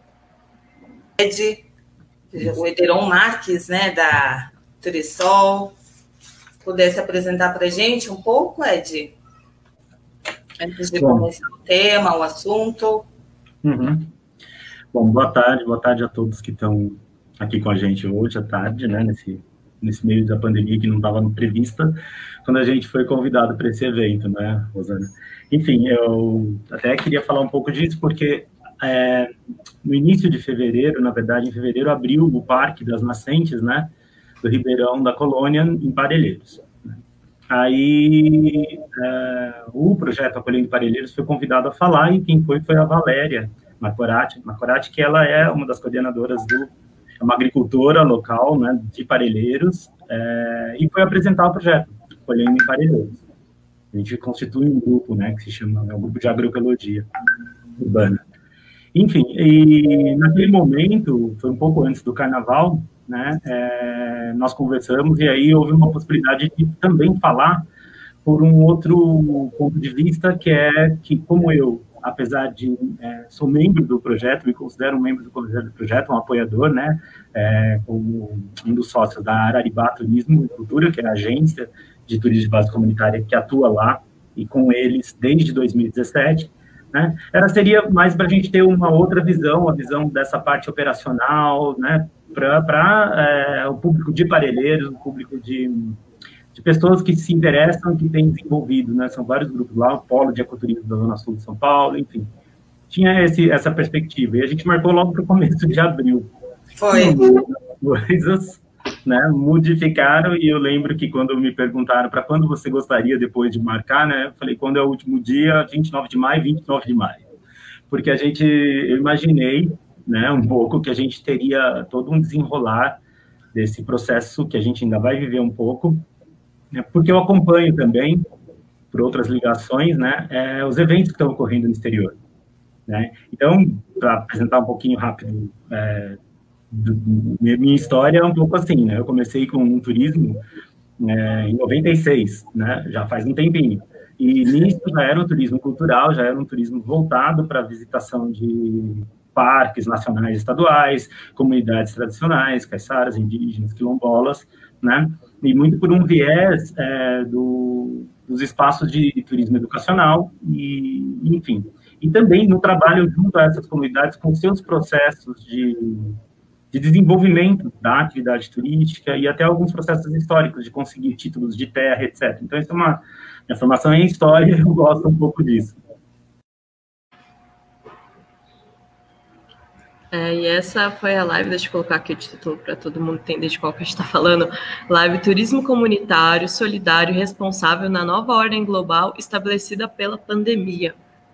Ed, o Ederon Marques, né, da Turisol, pudesse apresentar para a gente um pouco, Ed? Antes de Bom. começar o tema, o assunto. Uhum. Bom, boa tarde, boa tarde a todos que estão aqui com a gente hoje à tarde, né, nesse, nesse meio da pandemia que não estava prevista, quando a gente foi convidado para esse evento, né, Rosana? Enfim, eu até queria falar um pouco disso, porque é, no início de fevereiro, na verdade, em fevereiro, abriu o Parque das Nascentes, né, do Ribeirão da Colônia, em Parelheiros. Aí, é, o projeto Acolhendo Parelheiros foi convidado a falar, e quem foi foi a Valéria Macorati, Macorati, que ela é uma das coordenadoras do... é uma agricultora local, né, de Parelheiros, é, e foi apresentar o projeto Acolhendo em Parelheiros. A gente constitui um grupo, né, que se chama, é um grupo de agroecologia urbana. Enfim, e naquele momento, foi um pouco antes do carnaval, né, é, nós conversamos, e aí houve uma possibilidade de também falar por um outro ponto de vista, que é que, como eu, apesar de, é, sou membro do projeto, me considero um membro do projeto, um apoiador, né, é, como um dos sócios da Araribá Turismo e Cultura, que é a agência de turismo de base comunitária que atua lá, e com eles desde dois mil e dezessete, né, era, seria mais para a gente ter uma outra visão, a visão dessa parte operacional, né, para é, o público de Parelheiros, o público de, de pessoas que se interessam, que têm desenvolvido, né, são vários grupos lá, o Polo de Ecoturismo da Zona Sul de São Paulo, enfim, tinha esse, essa perspectiva, e a gente marcou logo para o começo de abril. Foi. Coisas, né, modificaram, e eu lembro que quando me perguntaram para quando você gostaria depois de marcar, né, eu falei, quando é o último dia, vinte e nove de maio, vinte e nove de maio, porque a gente, eu imaginei, né, um pouco que a gente teria todo um desenrolar desse processo que a gente ainda vai viver um pouco, né, porque eu acompanho também, por outras ligações, né, é, os eventos que estão ocorrendo no exterior, né, então, para apresentar um pouquinho rápido, é, do, minha história é um pouco assim, né, eu comecei com um turismo é, em noventa e seis, né, já faz um tempinho, e nisso já era um turismo cultural, já era um turismo voltado para a visitação de parques nacionais e estaduais, comunidades tradicionais, caiçaras, indígenas, quilombolas, né, e muito por um viés é, do, dos espaços de, de turismo educacional, e, enfim, e também no trabalho junto a essas comunidades com seus processos de, de desenvolvimento da atividade turística e até alguns processos históricos de conseguir títulos de terra, etcétera. Então, isso é uma, minha formação em história, eu gosto um pouco disso. É, e essa foi a live, deixa eu colocar aqui o título para todo mundo entender de qual que a gente está falando. Live Turismo Comunitário, Solidário e Responsável na Nova Ordem Global estabelecida pela pandemia.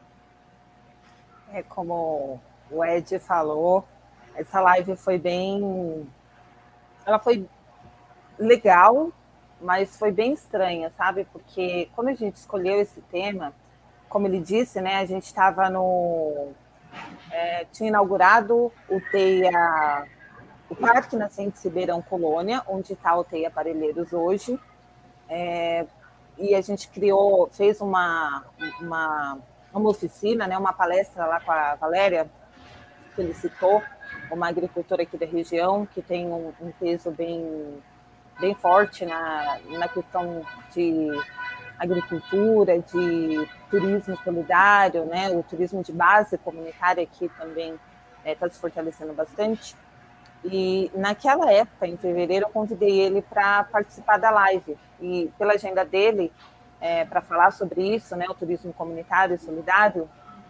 É como o Ed falou, essa live foi bem... Ela foi legal, mas foi bem estranha, sabe? Porque quando a gente escolheu esse tema, como ele disse, né, a gente estava no... É, tinha inaugurado o TEIA, o Parque Nascente Ribeirão Colônia, onde está o TEIA Parelheiros hoje, é, e a gente criou, fez uma, uma, uma oficina, né, uma palestra lá com a Valéria, que ele citou, uma agricultora aqui da região, que tem um, um peso bem, bem forte na, na questão de agricultura, de turismo solidário, né? O turismo de base comunitária aqui também está é, se fortalecendo bastante. E naquela época, em fevereiro, eu convidei ele para participar da live. E pela agenda dele, é, para falar sobre isso, né, o turismo comunitário e solidário,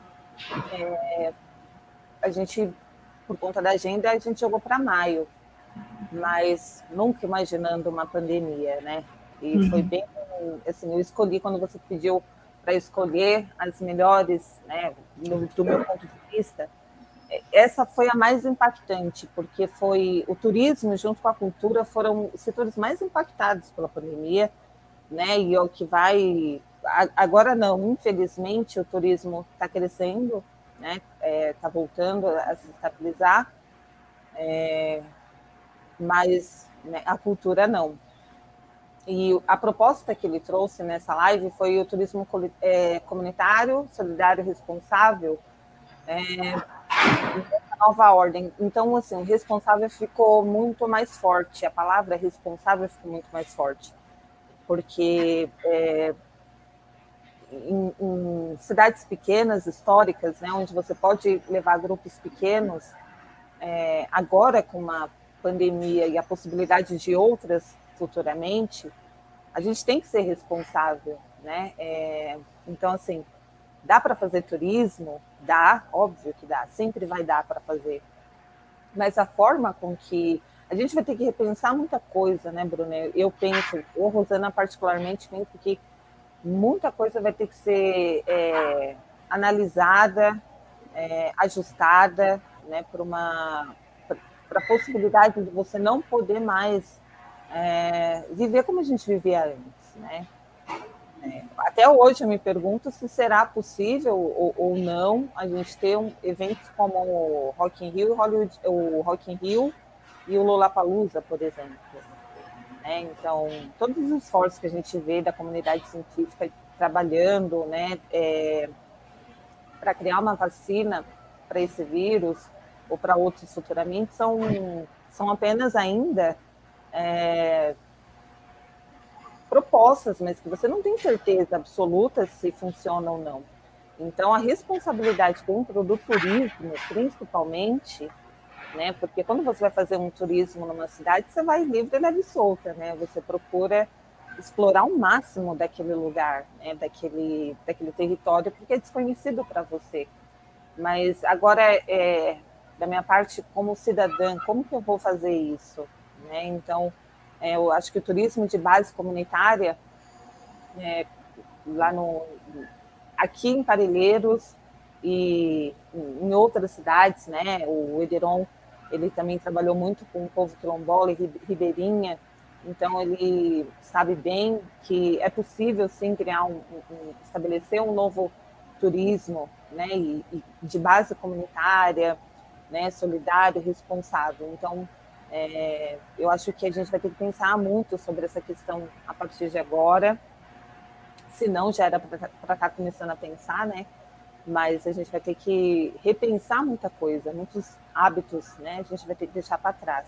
é, a gente, por conta da agenda, a gente jogou para maio. Mas nunca imaginando uma pandemia, né? E uhum. foi bem, assim, eu escolhi, quando você pediu para escolher as melhores, né, do, do meu ponto de vista, essa foi a mais impactante, porque foi o turismo junto com a cultura foram os setores mais impactados pela pandemia, né? E é o que vai agora não, infelizmente o turismo está crescendo, né? Está é, voltando a se estabilizar, é, mas né, a cultura não. E a proposta que ele trouxe nessa live foi o turismo é, comunitário, solidário, responsável. É, nova ordem. Então, assim, o responsável ficou muito mais forte, a palavra responsável ficou muito mais forte, porque é, em, em cidades pequenas, históricas, né, onde você pode levar grupos pequenos, é, agora com uma pandemia e a possibilidade de outras futuramente, a gente tem que ser responsável, né? É, então, assim, dá para fazer turismo? Dá, óbvio que dá, sempre vai dar para fazer. Mas a forma com que... A gente vai ter que repensar muita coisa, né, Bruna? Eu penso, eu, Rosana, particularmente, penso que muita coisa vai ter que ser é, analisada, é, ajustada, né, para uma... para a possibilidade de você não poder mais é, viver como a gente vivia antes, né? Até hoje eu me pergunto se será possível ou, ou não a gente ter um, eventos como o Rock in Rio, Hollywood, o Rock in Rio e o Lollapalooza, por exemplo. Né? Então, todos os esforços que a gente vê da comunidade científica trabalhando, né, é, para criar uma vacina para esse vírus ou para outros futuramente são, são apenas ainda... É, propostas, mas que você não tem certeza absoluta se funciona ou não. Então, a responsabilidade dentro do turismo, principalmente, né, porque quando você vai fazer um turismo numa cidade, você vai livre, leve e solta, né? Você procura explorar o máximo daquele lugar, né, daquele, daquele território, porque é desconhecido para você. Mas agora, é, da minha parte, como cidadã, como que eu vou fazer isso? Né? Então, É, eu acho que o turismo de base comunitária, é, lá no, aqui em Parelheiros e em outras cidades, né? O Ederon, ele também trabalhou muito com o povo quilombola e ribeirinha, então ele sabe bem que é possível, sim, criar um, um, estabelecer um novo turismo, né? E, e de base comunitária, né? Solidário, responsável. Então, É, eu acho que a gente vai ter que pensar muito sobre essa questão a partir de agora, se não já era para estar começando a pensar, né? Mas a gente vai ter que repensar muita coisa, muitos hábitos, né? A gente vai ter que deixar para trás.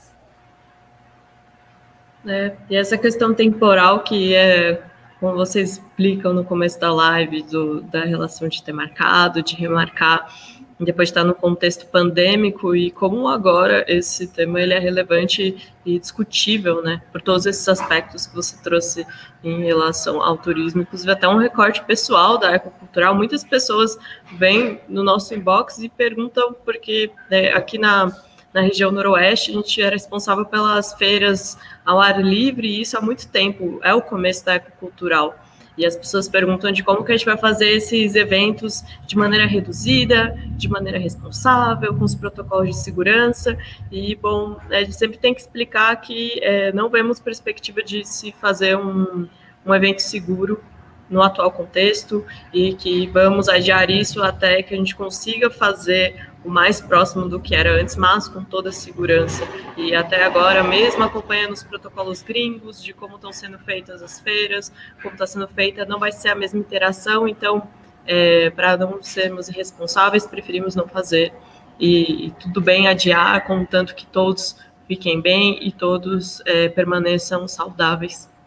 É, e essa questão temporal que é, como vocês explicam no começo da live, do, da relação de ter marcado, de remarcar, depois de estar no contexto pandêmico, e como agora esse tema ele é relevante e discutível, né, por todos esses aspectos que você trouxe em relação ao turismo, inclusive até um recorte pessoal da ecocultural. Muitas pessoas vêm no nosso inbox e perguntam, porque né, aqui na, na região noroeste a gente é responsável pelas feiras ao ar livre, e isso há muito tempo, é o começo da ecocultural. E as pessoas perguntam de como que a gente vai fazer esses eventos de maneira reduzida, de maneira responsável, com os protocolos de segurança. E, bom, a gente sempre tem que explicar que é, não vemos perspectiva de se fazer um, um evento seguro no atual contexto, e que vamos adiar isso até que a gente consiga fazer o mais próximo do que era antes, mas com toda a segurança. E até agora, mesmo acompanhando os protocolos gringos de como estão sendo feitas as feiras, como está sendo feita, não vai ser a mesma interação. Então, é, para não sermos irresponsáveis, preferimos não fazer. E, e tudo bem adiar, contanto que todos fiquem bem e todos é, permaneçam saudáveis.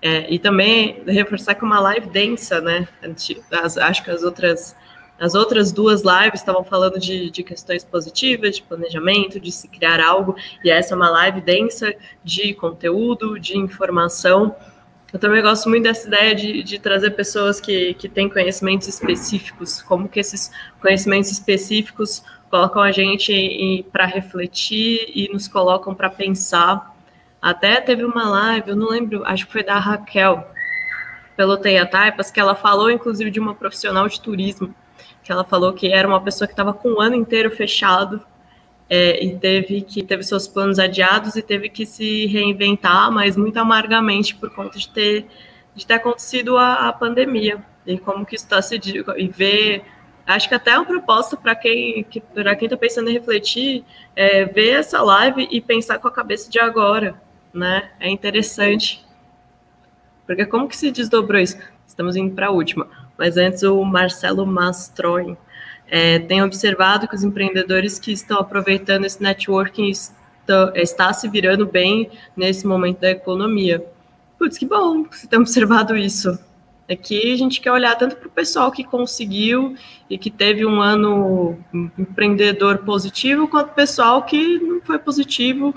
É, e também reforçar que uma live densa, né? As, acho que as outras, as outras duas lives estavam falando de, de questões positivas, de planejamento, de se criar algo, e essa é uma live densa de conteúdo, de informação. Eu também gosto muito dessa ideia de, de trazer pessoas que, que têm conhecimentos específicos, como que esses conhecimentos específicos colocam a gente para refletir e nos colocam para pensar. Até teve uma live, eu não lembro, acho que foi da Raquel, pelo Teia Taipas, que ela falou, inclusive, de uma profissional de turismo, que ela falou que era uma pessoa que estava com o ano inteiro fechado, é, e teve que teve seus planos adiados e teve que se reinventar, mas muito amargamente por conta de ter, de ter acontecido a, a pandemia, e como que isso está se... e ver... Acho que até é uma proposta para quem que, para quem está pensando em refletir, é, ver essa live e pensar com a cabeça de agora, né? É interessante. Porque como que se desdobrou isso? Estamos indo para a última. Mas antes o Marcelo Mastroin é, tem observado que os empreendedores que estão aproveitando esse networking está, está se virando bem nesse momento da economia. Putz, que bom que você tem observado isso. Aqui a gente quer olhar tanto para o pessoal que conseguiu e que teve um ano empreendedor positivo, quanto o pessoal que não foi positivo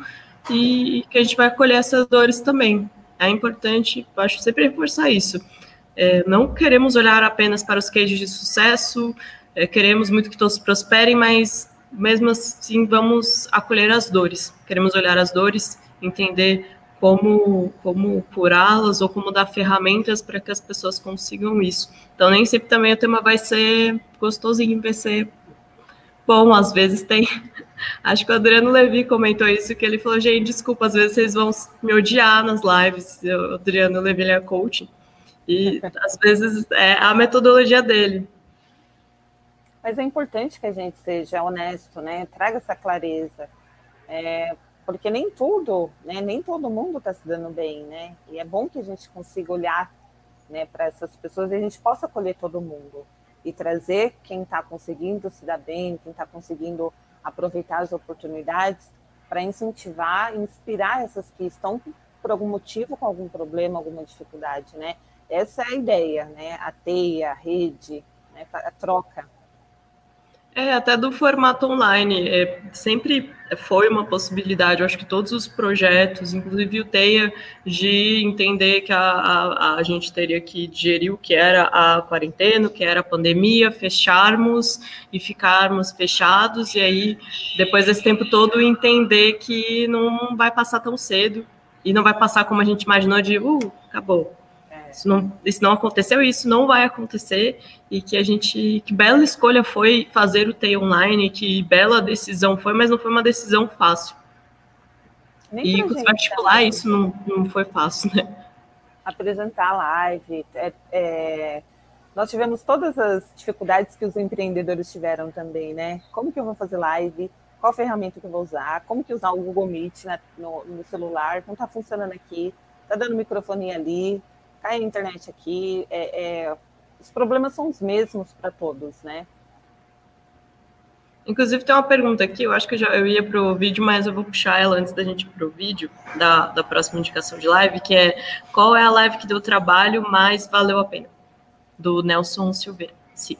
e que a gente vai colher essas dores também. É importante, eu acho, sempre reforçar isso. É, não queremos olhar apenas para os cases de sucesso, é, queremos muito que todos prosperem, mas mesmo assim vamos acolher as dores. Queremos olhar as dores, entender como, como curá-las ou como dar ferramentas para que as pessoas consigam isso. Então, nem sempre também o tema vai ser gostosinho, vai ser bom, às vezes tem... Acho que o Adriano Levi comentou isso, que ele falou, gente, desculpa, às vezes vocês vão me odiar nas lives, o Adriano Levi, ele é coach, e às vezes é a metodologia dele. Mas é importante que a gente seja honesto, né? Traga essa clareza, é, porque nem tudo, né? Nem todo mundo está se dando bem, né? E é bom que a gente consiga olhar, né, para essas pessoas e a gente possa acolher todo mundo e trazer quem está conseguindo se dar bem, quem está conseguindo aproveitar as oportunidades para incentivar e inspirar essas que estão por algum motivo com algum problema, alguma dificuldade, né? Essa é a ideia, né? A teia, a rede, né? A troca. É, até do formato online, é, sempre foi uma possibilidade, eu acho que todos os projetos, inclusive o Teia, de entender que a, a, a gente teria que gerir o que era a quarentena, o que era a pandemia, fecharmos e ficarmos fechados, e aí, depois desse tempo todo, entender que não vai passar tão cedo, e não vai passar como a gente imaginou de, uh, acabou. Isso não, isso não aconteceu, isso não vai acontecer, e que a gente, que bela escolha foi fazer o Teia online, que bela decisão foi, mas não foi uma decisão fácil. Nem e conseguir articular também. Isso não, não foi fácil, né? Apresentar a live, é, é, nós tivemos todas as dificuldades que os empreendedores tiveram também, né? Como que eu vou fazer live? Qual ferramenta que eu vou usar? Como que usar o Google Meet na, no, no celular? Não está funcionando aqui, está dando microfone ali, cai a internet aqui, é, é, os problemas são os mesmos para todos, né? Inclusive tem uma pergunta aqui, eu acho que eu, já, eu ia para o vídeo, mas eu vou puxar ela antes da gente ir para o vídeo, da, da próxima indicação de live, que é, qual é a live que deu trabalho, mas valeu a pena? Do Nelson Silveira. Sim.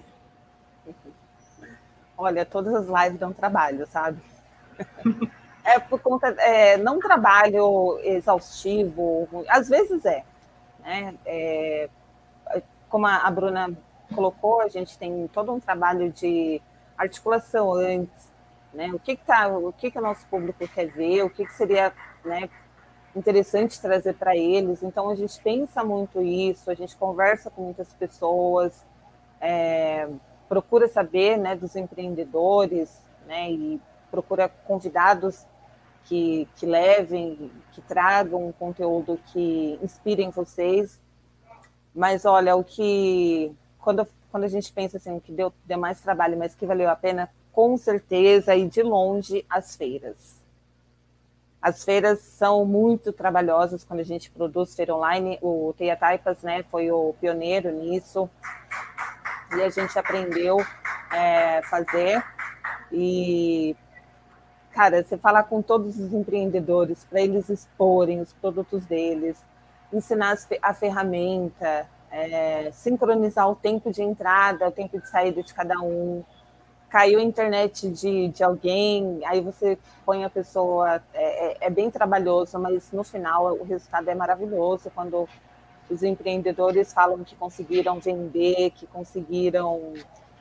Olha, todas as lives dão trabalho, sabe? É por conta, é, não trabalho exaustivo, às vezes é, né? É, como a Bruna colocou, a gente tem todo um trabalho de articulação antes, né? O que que tá, o que que o nosso público quer ver, o que que seria, né, interessante trazer para eles. Então a gente pensa muito isso, a gente conversa com muitas pessoas, é, procura saber, né, dos empreendedores, né, e procura convidados que, que levem, que tragam um conteúdo que inspirem vocês. Mas olha, o que quando, quando a gente pensa assim, o que deu, deu mais trabalho, mas que valeu a pena, com certeza, e de longe, as feiras. As feiras são muito trabalhosas quando a gente produz feira online. O Teia Taipas, né, foi o pioneiro nisso, e a gente aprendeu a é, fazer. E, cara, você falar com todos os empreendedores, para eles exporem os produtos deles, ensinar a ferramenta, é, sincronizar o tempo de entrada, o tempo de saída de cada um. Caiu a internet de, de alguém, aí você põe a pessoa, é, é bem trabalhoso, mas no final o resultado é maravilhoso, quando os empreendedores falam que conseguiram vender, que conseguiram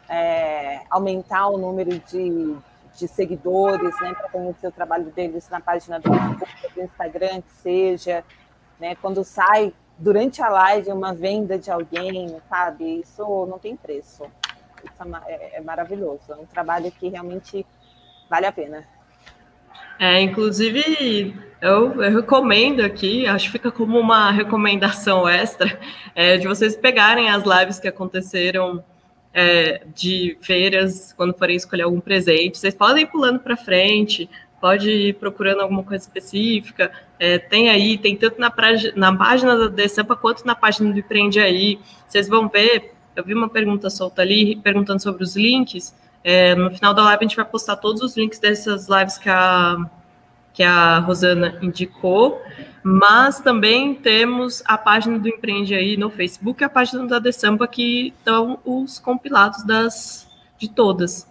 é, aumentar o número de, de seguidores, né, para conhecer o trabalho deles na página do Facebook, do Instagram, que seja, né, quando sai durante a live uma venda de alguém, sabe, isso não tem preço. Isso é maravilhoso, é um trabalho que realmente vale a pena. É, inclusive, eu, eu recomendo aqui, acho que fica como uma recomendação extra, é, de vocês pegarem as lives que aconteceram é, de feiras, quando forem escolher algum presente. Vocês podem ir pulando para frente, pode ir procurando alguma coisa específica. É, tem aí, tem tanto na, pra, na página da Desampa quanto na página do Empreende Aí. Vocês vão ver. Eu vi uma pergunta solta ali, perguntando sobre os links. É, no final da live, a gente vai postar todos os links dessas lives que a, que a Rosana indicou, mas também temos a página do Empreende Aí no Facebook e a página da Desampa, que estão os compilados das, de todas.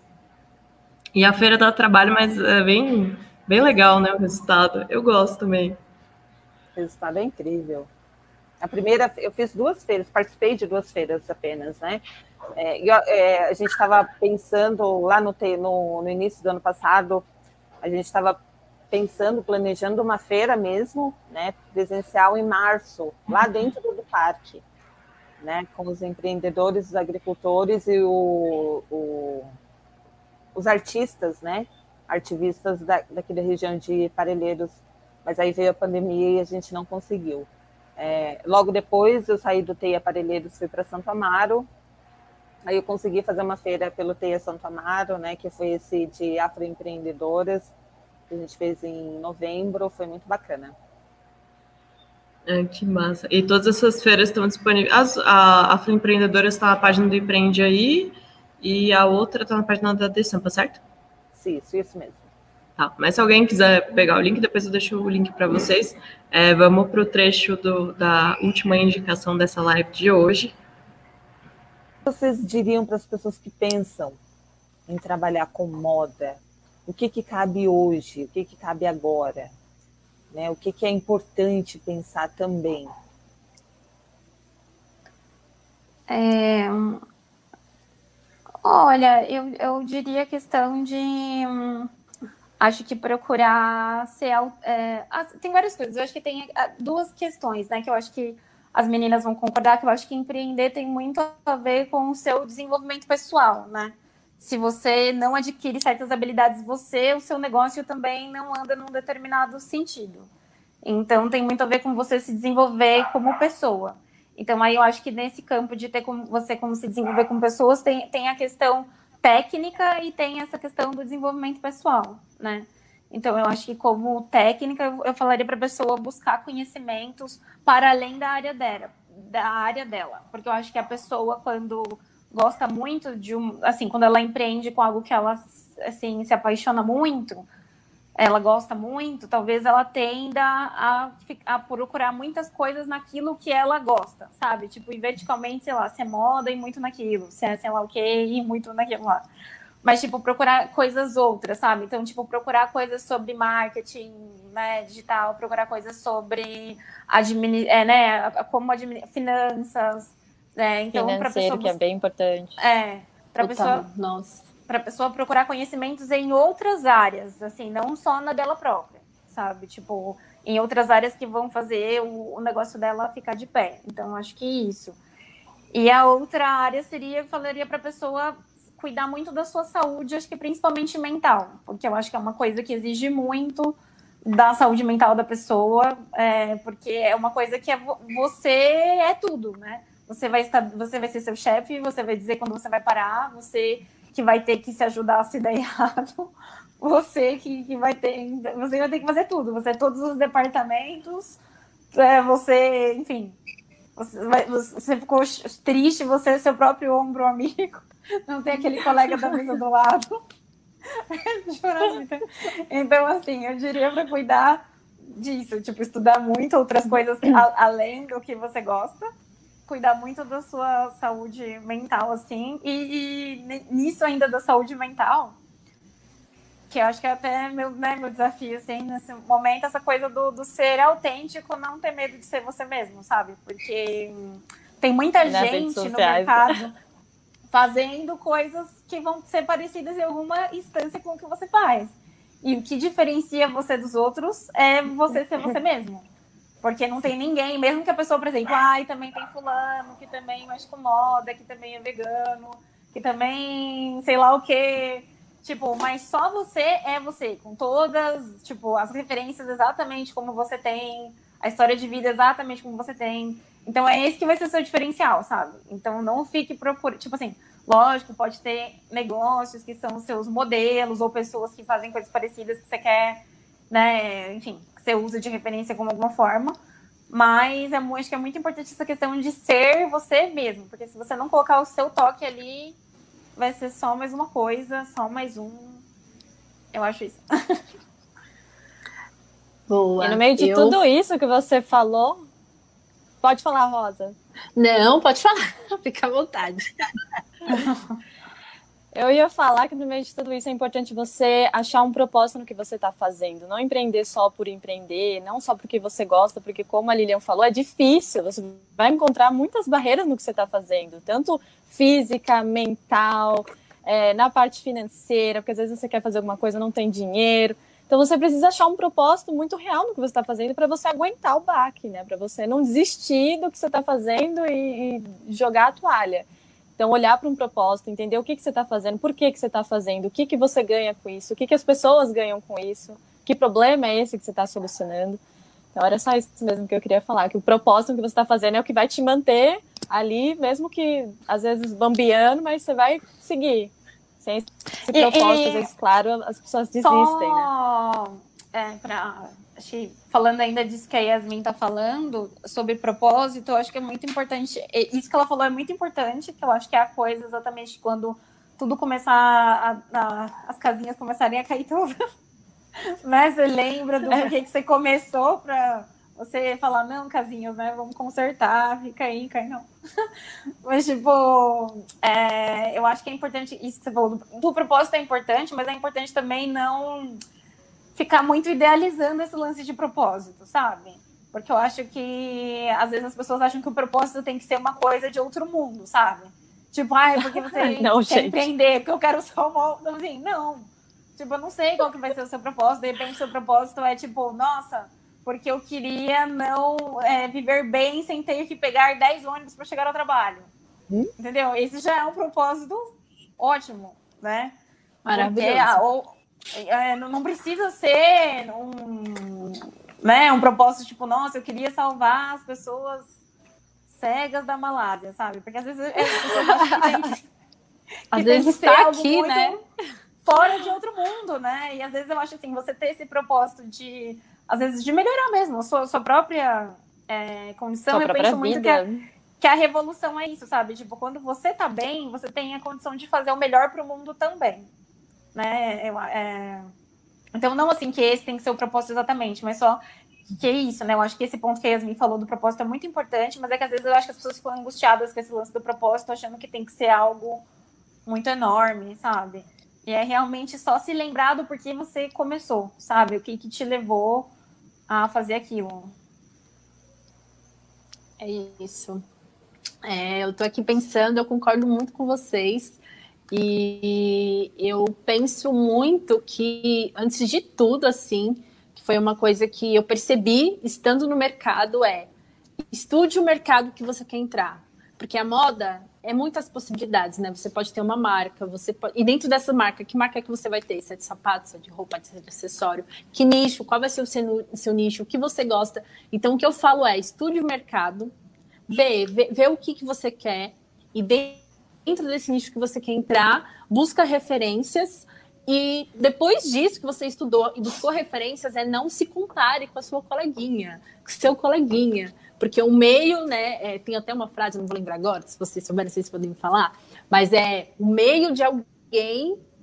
E a feira dá trabalho, mas é bem, bem legal, né, o resultado. Eu gosto também. O resultado é incrível. A primeira, eu fiz duas feiras, participei de duas feiras apenas, né? É, e, é, a gente estava pensando lá no, no, no início do ano passado, a gente estava pensando, planejando uma feira mesmo, né, presencial em março, lá dentro do parque, né, com os empreendedores, os agricultores e o, o, os artistas, né, ativistas da, daqui da região de Parelheiros, mas aí veio a pandemia e a gente não conseguiu. É, logo depois eu saí do Teia Parelheiros, fui para Santo Amaro, aí eu consegui fazer uma feira pelo Teia Santo Amaro, né, que foi esse de afroempreendedoras, que a gente fez em novembro, foi muito bacana. É, que massa. E todas essas feiras estão disponíveis. As, a Afroempreendedoras está na página do Empreende Aí e a outra está na página da Desampa, certo? Sim, isso, isso mesmo. Tá, mas se alguém quiser pegar o link, depois eu deixo o link para vocês. É, vamos para o trecho do, da última indicação dessa live de hoje. O que vocês diriam para as pessoas que pensam em trabalhar com moda? O que, que cabe hoje? O que, que cabe agora? Né? O que, que é importante pensar também? É... Olha, eu, eu diria a questão de... Acho que procurar ser... É, tem várias coisas. Eu acho que tem duas questões, né? Que eu acho que as meninas vão concordar, que eu acho que empreender tem muito a ver com o seu desenvolvimento pessoal, né? Se você não adquire certas habilidades, você, o seu negócio também não anda num determinado sentido. Então, tem muito a ver com você se desenvolver como pessoa. Então, aí eu acho que nesse campo de ter como, você como se desenvolver como pessoas, tem, tem a questão técnica e tem essa questão do desenvolvimento pessoal, né? Então, eu acho que como técnica, eu falaria para a pessoa buscar conhecimentos para além da área dela, da área dela. Porque eu acho que a pessoa, quando gosta muito de um... Assim, quando ela empreende com algo que ela, assim, se apaixona muito, ela gosta muito, talvez ela tenda a, a procurar muitas coisas naquilo que ela gosta, sabe? Tipo, e verticalmente, sei lá, se é moda e muito naquilo, se é sei lá o quê e muito naquilo lá. Mas, tipo, procurar coisas outras, sabe? Então, tipo, procurar coisas sobre marketing, né, digital, procurar coisas sobre admini é, né, como administrar finanças, né? Então, financeiro, pessoa, que é bem importante. É, para a pessoa... Nossa. Para a pessoa procurar conhecimentos em outras áreas, assim, não só na dela própria, sabe? Tipo, em outras áreas que vão fazer o, o negócio dela ficar de pé. Então, acho que isso. E a outra área seria, eu falaria para a pessoa cuidar muito da sua saúde, acho que principalmente mental, porque eu acho que é uma coisa que exige muito da saúde mental da pessoa, é, porque é uma coisa que é, você é tudo, né? Você vai, estar, você vai ser seu chefe, você vai dizer quando você vai parar, você... que vai ter que se ajudar se der errado, você que, que vai ter, você vai ter que fazer tudo, você todos os departamentos, é, você, enfim, você, vai, você ficou triste, você é seu próprio ombro amigo, não tem aquele colega da mesa do lado. Então, assim, eu diria para cuidar disso, tipo, estudar muito outras coisas a, além do que você gosta, cuidar muito da sua saúde mental, assim, e, e nisso ainda da saúde mental, que eu acho que é até meu, né, meu desafio, assim, nesse momento, essa coisa do, do ser autêntico, não ter medo de ser você mesmo, sabe? Porque tem muita Nas gente no mercado fazendo coisas que vão ser parecidas em alguma instância com o que você faz. E o que diferencia você dos outros é você ser você mesmo. Porque não tem ninguém, mesmo que a pessoa, por exemplo, ai, também tem fulano, que também mexe com moda, que também é vegano, que também sei lá o quê. Tipo, mas só você é você, com todas, tipo, as referências exatamente como você tem, a história de vida exatamente como você tem. Então é esse que vai ser o seu diferencial, sabe? Então não fique procurando, tipo assim, lógico, pode ter negócios que são os seus modelos ou pessoas que fazem coisas parecidas que você quer, né, enfim, que você usa de referência de alguma forma, mas é, acho que é muito importante essa questão de ser você mesmo, porque se você não colocar o seu toque ali, vai ser só mais uma coisa, só mais um, eu acho isso. Boa. E no meio de eu... tudo isso que você falou, pode falar, Rosa. Não, pode falar, fica à vontade. Eu ia falar que no meio de tudo isso é importante você achar um propósito no que você está fazendo, não empreender só por empreender, não só porque você gosta, porque como a Lilian falou, é difícil, você vai encontrar muitas barreiras no que você está fazendo, tanto física, mental, é, na parte financeira, porque às vezes você quer fazer alguma coisa e não tem dinheiro. Então você precisa achar um propósito muito real no que você está fazendo para você aguentar o baque, né? Para você não desistir do que você está fazendo e, e jogar a toalha. Então olhar para um propósito, entender o que, que você está fazendo, por que, que você está fazendo, o que, que você ganha com isso, o que, que as pessoas ganham com isso, que problema é esse que você está solucionando. Então era só isso mesmo que eu queria falar, que o propósito que você está fazendo é o que vai te manter ali, mesmo que às vezes bambiando, mas você vai seguir. Sem esse propósito, às vezes, claro, as pessoas desistem, só, né? É, pra, acho que, falando ainda disso que a Yasmin está falando, sobre propósito, eu acho que é muito importante, isso que ela falou é muito importante, que eu acho que é a coisa exatamente quando tudo começar, a, a, as casinhas começarem a cair todas, né? Você lembra do porquê que você começou para você falar, não, casinhas, né? Vamos consertar, fica aí, cai não. Mas, tipo, é, eu acho que é importante, isso que você falou, do, o propósito é importante, mas é importante também não ficar muito idealizando esse lance de propósito, sabe? Porque eu acho que, às vezes, as pessoas acham que o propósito tem que ser uma coisa de outro mundo, sabe? Tipo, ah, é porque você não, quer gente. empreender, porque eu quero só uma... Assim, não. Tipo, eu não sei qual que vai ser o seu propósito. De repente, o seu propósito é, tipo, nossa... porque eu queria não é, viver bem sem ter que pegar dez ônibus para chegar ao trabalho. Hum? Entendeu? Esse já é um propósito ótimo, né? Maravilhoso. Porque, ah, ou, é, não precisa ser um, né, um propósito tipo, nossa, eu queria salvar as pessoas cegas da Malásia, sabe? Porque às vezes é, que tem que, que às tem vezes que está aqui, né? Fora de outro mundo, né? E às vezes eu acho assim, você ter esse propósito de às vezes, de melhorar mesmo a sua, sua própria é, condição. Sua eu própria penso muito vida. que a, que a revolução é isso, sabe? Tipo, quando você tá bem, você tem a condição de fazer o melhor pro mundo também. Né? Eu, é... Então, não assim que esse tem que ser o propósito exatamente, mas só que é isso, né? Eu acho que esse ponto que a Yasmin falou do propósito é muito importante, mas é que às vezes eu acho que as pessoas ficam angustiadas com esse lance do propósito, achando que tem que ser algo muito enorme, sabe? E é realmente só se lembrar do porquê você começou, sabe? O que, que te levou a fazer aquilo. É isso. É, eu tô aqui pensando, eu concordo muito com vocês. E eu penso muito que, antes de tudo, assim, que foi uma coisa que eu percebi estando no mercado, é estude o mercado que você quer entrar. Porque a moda é muitas possibilidades, né? Você pode ter uma marca, você pode... e dentro dessa marca, que marca que você vai ter? Se é de sapato, se é de roupa, se é de acessório? Que nicho? Qual vai ser o seu, seu nicho? O que você gosta? Então, o que eu falo é, estude o mercado, vê, vê, vê o que, que você quer, e dentro desse nicho que você quer entrar, busca referências, e depois disso que você estudou e buscou referências, é não se compare com a sua coleguinha, com o seu coleguinha. Porque o meio, né, é, tem até uma frase, não vou lembrar agora, se vocês souberem, vocês podem me falar, mas é o meio de alguém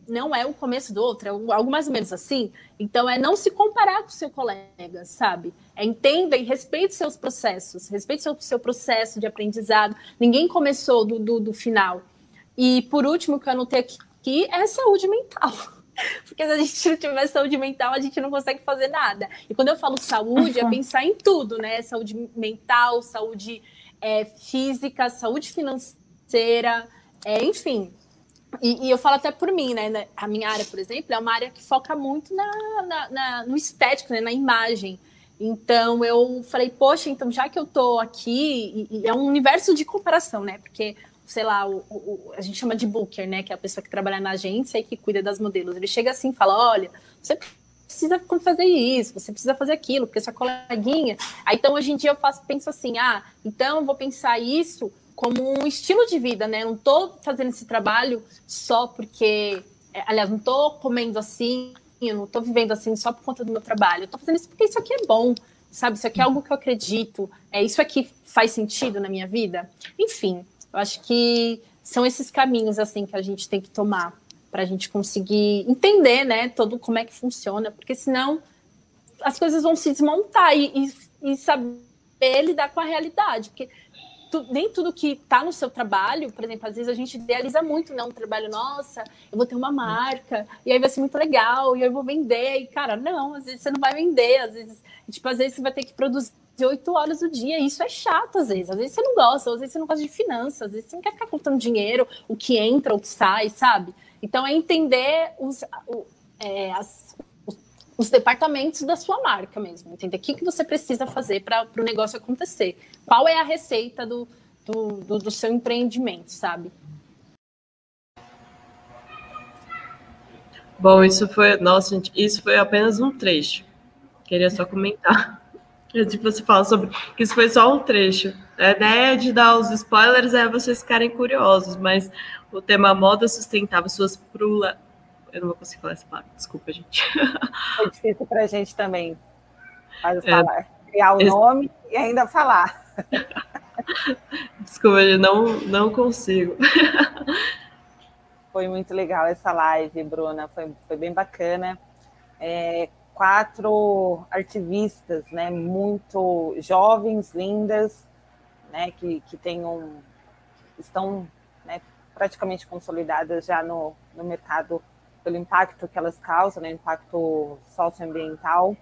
não é o começo do outro, é algo mais ou menos assim. Então, é não se comparar com o seu colega, sabe? É entenda e respeite seus processos, respeite o seu, seu processo de aprendizado. Ninguém começou do, do, do final. E, por último, que eu anotei aqui, é saúde mental. Porque se a gente não tiver saúde mental, a gente não consegue fazer nada. E quando eu falo saúde, é pensar em tudo, né? Saúde mental, saúde é, física, saúde financeira, é, enfim... E, e eu falo até por mim, né? A minha área, por exemplo, é uma área que foca muito na, na, na, no estético, né? Na imagem. Então, eu falei, poxa, então já que eu tô aqui, e, e é um universo de comparação, né? Porque, sei lá, o, o, a gente chama de booker, né? Que é a pessoa que trabalha na agência e que cuida das modelos. Ele chega assim e fala, olha, você precisa fazer isso, você precisa fazer aquilo, porque sua coleguinha... Aí, então, hoje em dia eu faço, penso assim, ah, então eu vou pensar isso como um estilo de vida, né? Não estou fazendo esse trabalho só porque... Aliás, não estou comendo assim, eu não estou vivendo assim só por conta do meu trabalho. Eu estou fazendo isso porque isso aqui é bom, sabe? Isso aqui é algo que eu acredito. É, isso aqui faz sentido na minha vida. Enfim, eu acho que são esses caminhos, assim, que a gente tem que tomar para a gente conseguir entender, né? Todo como é que funciona. Porque senão as coisas vão se desmontar e, e, e saber lidar com a realidade. Porque... nem tudo que está no seu trabalho, por exemplo, às vezes a gente idealiza muito, né, um trabalho, nossa, eu vou ter uma marca, e aí vai ser muito legal, e eu vou vender, e cara, não, às vezes você não vai vender, às vezes, tipo, às vezes você vai ter que produzir oito horas do dia, e isso é chato, às vezes, às vezes você não gosta, às vezes você não gosta de finanças, às vezes você não quer ficar contando dinheiro, o que entra, o que sai, sabe? Então é entender os, o, é, as, os departamentos da sua marca mesmo, entender o que, que você precisa fazer para o negócio acontecer. Qual é a receita do, do, do, do seu empreendimento, sabe? Bom, isso foi... Nossa, gente, isso foi apenas um trecho. Queria só comentar. Antes de você falar sobre... que isso foi só um trecho. A ideia de dar os spoilers é vocês ficarem curiosos, mas o tema moda sustentável, suas prula... Eu não vou conseguir falar essa palavra, desculpa, gente. Foi difícil para a gente também fazer É, falar, criar o esse... nome e ainda falar. Desculpa, eu não, não consigo. Foi muito legal essa live, Bruna, foi, foi bem bacana. É, quatro artivistas, né, muito jovens, lindas, né, que, que tem um, estão, né, praticamente consolidadas já no, no mercado pelo impacto que elas causam, né, impacto socioambiental.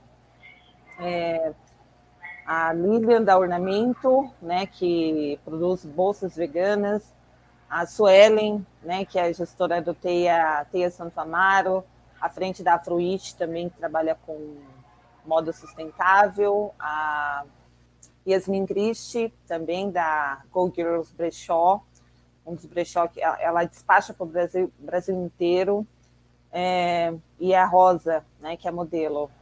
É, a Lilian da Ornamento, né, que produz bolsas veganas, a Suelen, né, que é a gestora do Teia, Teia Santo Amaro, à frente da Afruit também, que trabalha com moda sustentável, a Yasmin Christie, também da Go Girls Brechó, um dos brechó que ela despacha para o Brasil, Brasil inteiro, é, e a Rosa, né, que é modelo.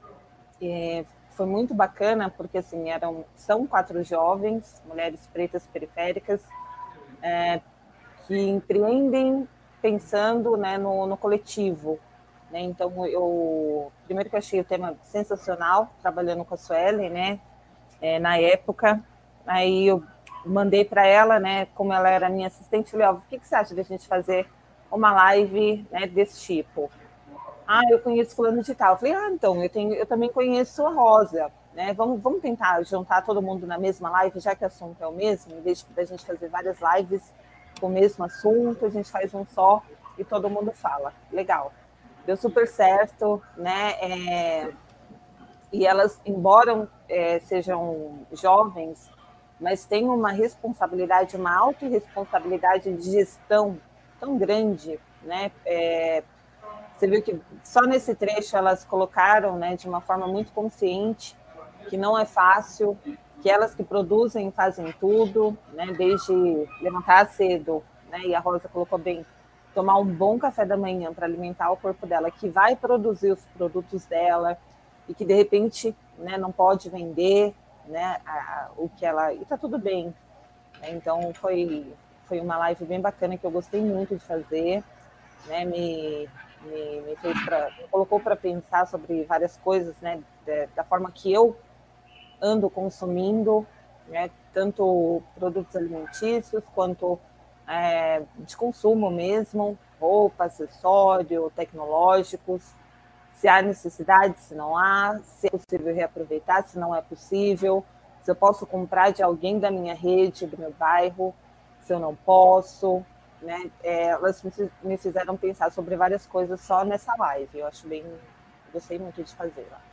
E foi muito bacana, porque assim, eram, são quatro jovens, mulheres pretas periféricas, é, que empreendem pensando, né, no, no coletivo. Né? Então, eu primeiro que eu achei o tema sensacional, trabalhando com a Suelen, né, é, na época, aí eu mandei para ela, né, como ela era minha assistente, falei, ó, o que, que você acha de a gente fazer uma live, né, desse tipo? Ah, eu conheço fulano de tal. Eu falei, ah, então, eu, tenho, eu também conheço a Rosa, né? Vamos, vamos tentar juntar todo mundo na mesma live, já que o assunto é o mesmo, em vez de a gente fazer várias lives com o mesmo assunto, a gente faz um só e todo mundo fala. Legal. Deu super certo, né? É... E elas, embora é, sejam jovens, mas têm uma responsabilidade, uma autorresponsabilidade de gestão tão grande, né? É... Você viu que só nesse trecho elas colocaram, né, de uma forma muito consciente, que não é fácil, que elas que produzem e fazem tudo, né, desde levantar cedo, né, e a Rosa colocou bem, tomar um bom café da manhã para alimentar o corpo dela, que vai produzir os produtos dela e que de repente, né, não pode vender, né, a, a, o que ela... E está tudo bem. Né? Então foi, foi uma live bem bacana que eu gostei muito de fazer, né, me... Me, me, fez pra, me colocou para pensar sobre várias coisas, né, de, da forma que eu ando consumindo, né, tanto produtos alimentícios quanto é, de consumo mesmo, roupa, acessório, tecnológicos, se há necessidade, se não há, se é possível reaproveitar, se não é possível, se eu posso comprar de alguém da minha rede, do meu bairro, se eu não posso, né? É, elas me fizeram pensar sobre várias coisas só nessa live. Eu acho bem, gostei muito de fazer lá.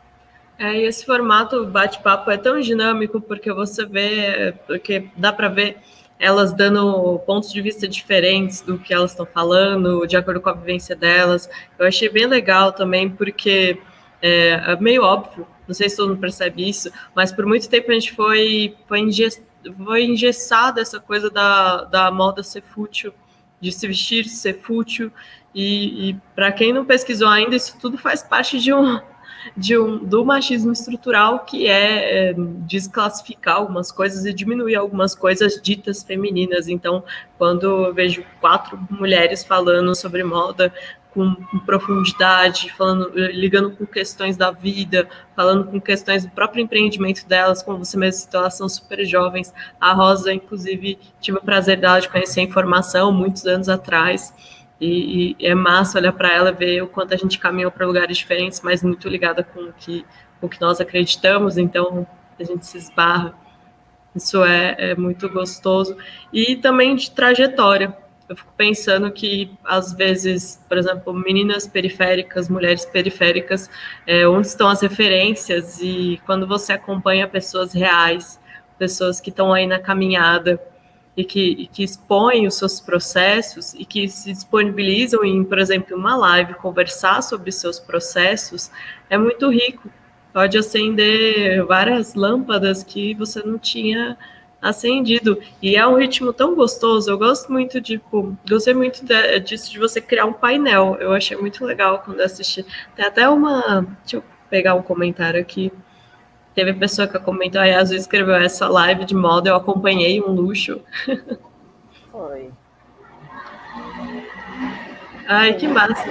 É, e esse formato bate-papo é tão dinâmico porque você vê, porque dá para ver elas dando pontos de vista diferentes do que elas estão falando, de acordo com a vivência delas. Eu achei bem legal também, porque é, é meio óbvio, não sei se todo mundo percebe isso, mas por muito tempo a gente foi, foi, ingess, foi engessado essa coisa da, da moda ser fútil, de se vestir, ser fútil, e, e para quem não pesquisou ainda, isso tudo faz parte de um... De um, do machismo estrutural, que é, é desclassificar algumas coisas e diminuir algumas coisas ditas femininas. Então, quando eu vejo quatro mulheres falando sobre moda com, com profundidade, falando, ligando com questões da vida, falando com questões do próprio empreendimento delas, como você mesmo citou, elas são super jovens. A Rosa, inclusive, tive o prazer dela de conhecer a informação muitos anos atrás. E, e é massa olhar para ela, ver o quanto a gente caminhou para lugares diferentes, mas muito ligada com o que, com o que nós acreditamos, então a gente se esbarra. Isso é, é muito gostoso. E também de trajetória. Eu fico pensando que, às vezes, por exemplo, meninas periféricas, mulheres periféricas, é, onde estão as referências, e quando você acompanha pessoas reais, pessoas que estão aí na caminhada, e que, e que expõem os seus processos e que se disponibilizam em, por exemplo, uma live, conversar sobre seus processos, é muito rico. Pode acender várias lâmpadas que você não tinha acendido. E é um ritmo tão gostoso. Eu gosto muito de, tipo, gostei muito de, disso, de você criar um painel. Eu achei muito legal quando eu assisti. Tem até uma... Deixa eu pegar um comentário aqui. Teve pessoa que comentou, a Yasu escreveu essa live de moda, eu acompanhei, um luxo. Foi. Ai, que massa.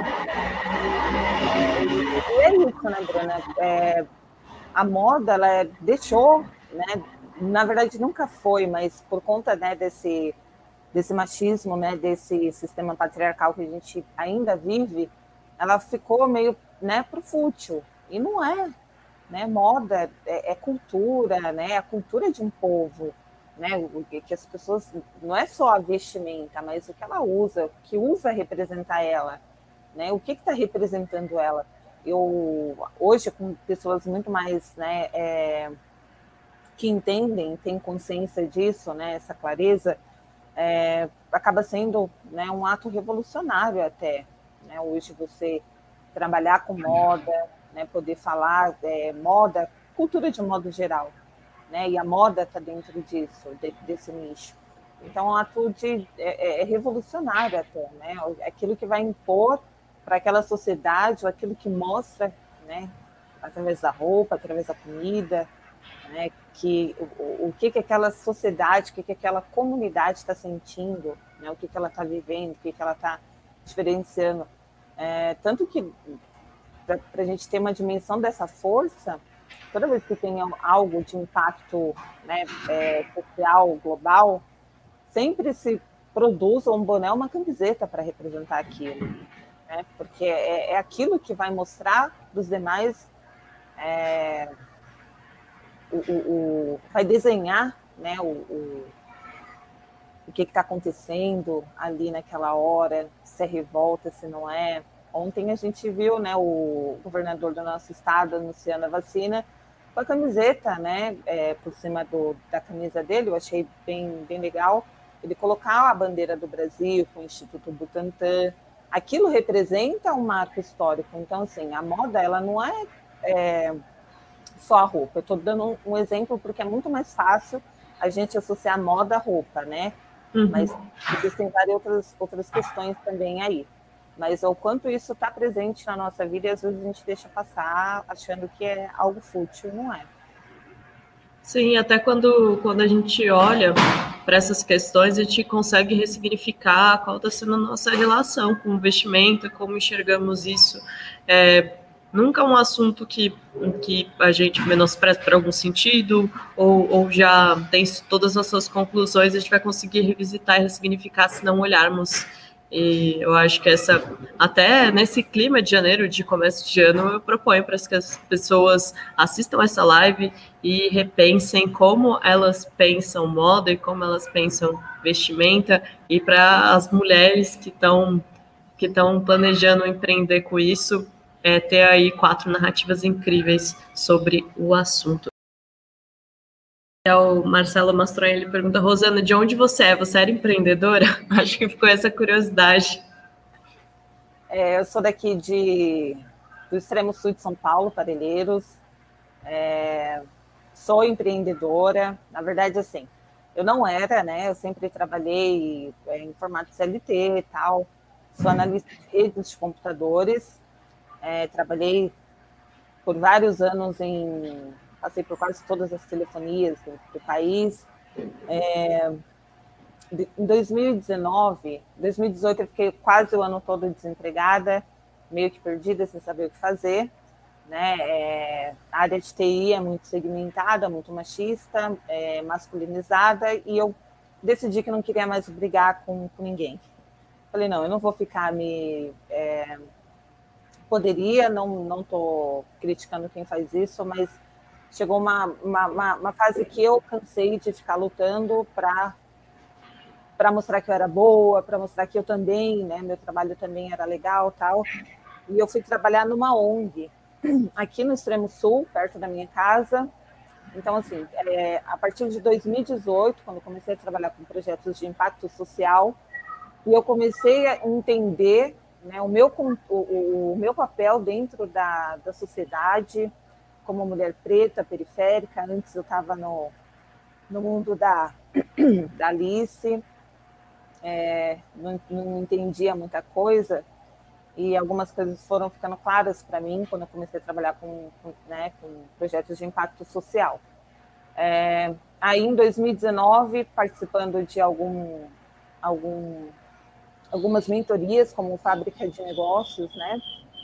E é isso, né, Bruna? É, a moda, ela deixou, né? Na verdade, nunca foi, mas por conta, né, desse, desse machismo, né, desse sistema patriarcal que a gente ainda vive, ela ficou meio, né, pro fútil. E não é. Né, moda é, é cultura, né, é a cultura de um povo, né, o, que as pessoas, não é só a vestimenta, mas o que ela usa, o que usa representar ela, né, o que está representando ela. Eu, hoje, com pessoas muito mais, né, é, que entendem, têm consciência disso, né, essa clareza, é, acaba sendo, né, um ato revolucionário até, né, hoje você trabalhar com moda, né, poder falar é, moda, cultura de modo geral, né, e a moda está dentro disso, de, desse nicho. Então, um ato de, é, é revolucionário até, né, aquilo que vai impor para aquela sociedade, ou aquilo que mostra, né, através da roupa, através da comida, né, que, o, o que, que aquela sociedade, o que, que aquela comunidade está sentindo, né, o que, que ela está vivendo, o que, que ela está diferenciando. É, tanto que para a gente ter uma dimensão dessa força, toda vez que tem algo de impacto, né, é, social, global, sempre se produz um boné, uma camiseta para representar aquilo, né, porque é, é aquilo que vai mostrar dos demais, é, o, o, o, vai desenhar, né, o, o, o que está acontecendo ali naquela hora, se é revolta, se não é. Ontem a gente viu, né, o governador do nosso estado anunciando a vacina com a camiseta, né, é, por cima do, da camisa dele. Eu achei bem, bem legal ele colocar a bandeira do Brasil com o Instituto Butantan. Aquilo representa um marco histórico. Então, assim, a moda, ela não é, é só a roupa. Eu estou dando um, um exemplo porque é muito mais fácil a gente associar moda à roupa, né? Uhum. Mas existem várias outras, outras questões também aí. Mas o quanto isso está presente na nossa vida e às vezes a gente deixa passar achando que é algo fútil, não é? Sim, até quando, quando a gente olha para essas questões, a gente consegue ressignificar qual está sendo a nossa relação com o vestimento, como enxergamos isso. É, nunca é um assunto que, que a gente menospreza por algum sentido, ou, ou já tem todas as suas conclusões, a gente vai conseguir revisitar e ressignificar se não olharmos E eu acho que essa, até nesse clima de janeiro, de começo de ano, eu proponho para que as pessoas assistam essa live e repensem como elas pensam moda e como elas pensam vestimenta, e para as mulheres que estão que estão planejando empreender com isso, é, ter aí quatro narrativas incríveis sobre o assunto. O Marcelo Mastron, ele pergunta: Rosana, de onde você é? Você era empreendedora? Acho que ficou essa curiosidade. É, eu sou daqui de, do extremo sul de São Paulo, Parelheiros. É, sou empreendedora. Na verdade, assim, eu não era, né? Eu sempre trabalhei em formato C L T e tal. Sou analista de redes de computadores. É, trabalhei por vários anos em... Passei por quase todas as telefonias do, do país. É, de, em dois mil e dezenove, dois mil e dezoito, eu fiquei quase o ano todo desempregada, meio que perdida, sem saber o que fazer. Né? É, a área de T I é muito segmentada, muito machista, é, masculinizada, e eu decidi que não queria mais brigar com, com ninguém. Falei, não, eu não vou ficar me... É, poderia, não estou criticando quem faz isso, mas chegou uma, uma, uma, uma fase que eu cansei de ficar lutando para para mostrar que eu era boa, para mostrar que eu também, né, meu trabalho também era legal, tal. E eu fui trabalhar numa O N G, aqui no extremo sul, perto da minha casa. Então, assim, é, a partir de dois mil e dezoito, quando eu comecei a trabalhar com projetos de impacto social, e eu comecei a entender, né, o, meu, o, o meu papel dentro da, da sociedade, como mulher preta, periférica. Antes eu estava no, no mundo da, da Alice, é, não, não entendia muita coisa, e algumas coisas foram ficando claras para mim quando eu comecei a trabalhar com, com, né, com projetos de impacto social. É, aí, em dois mil e dezenove, participando de algum, algum, algumas mentorias, como Fábrica de Negócios, né,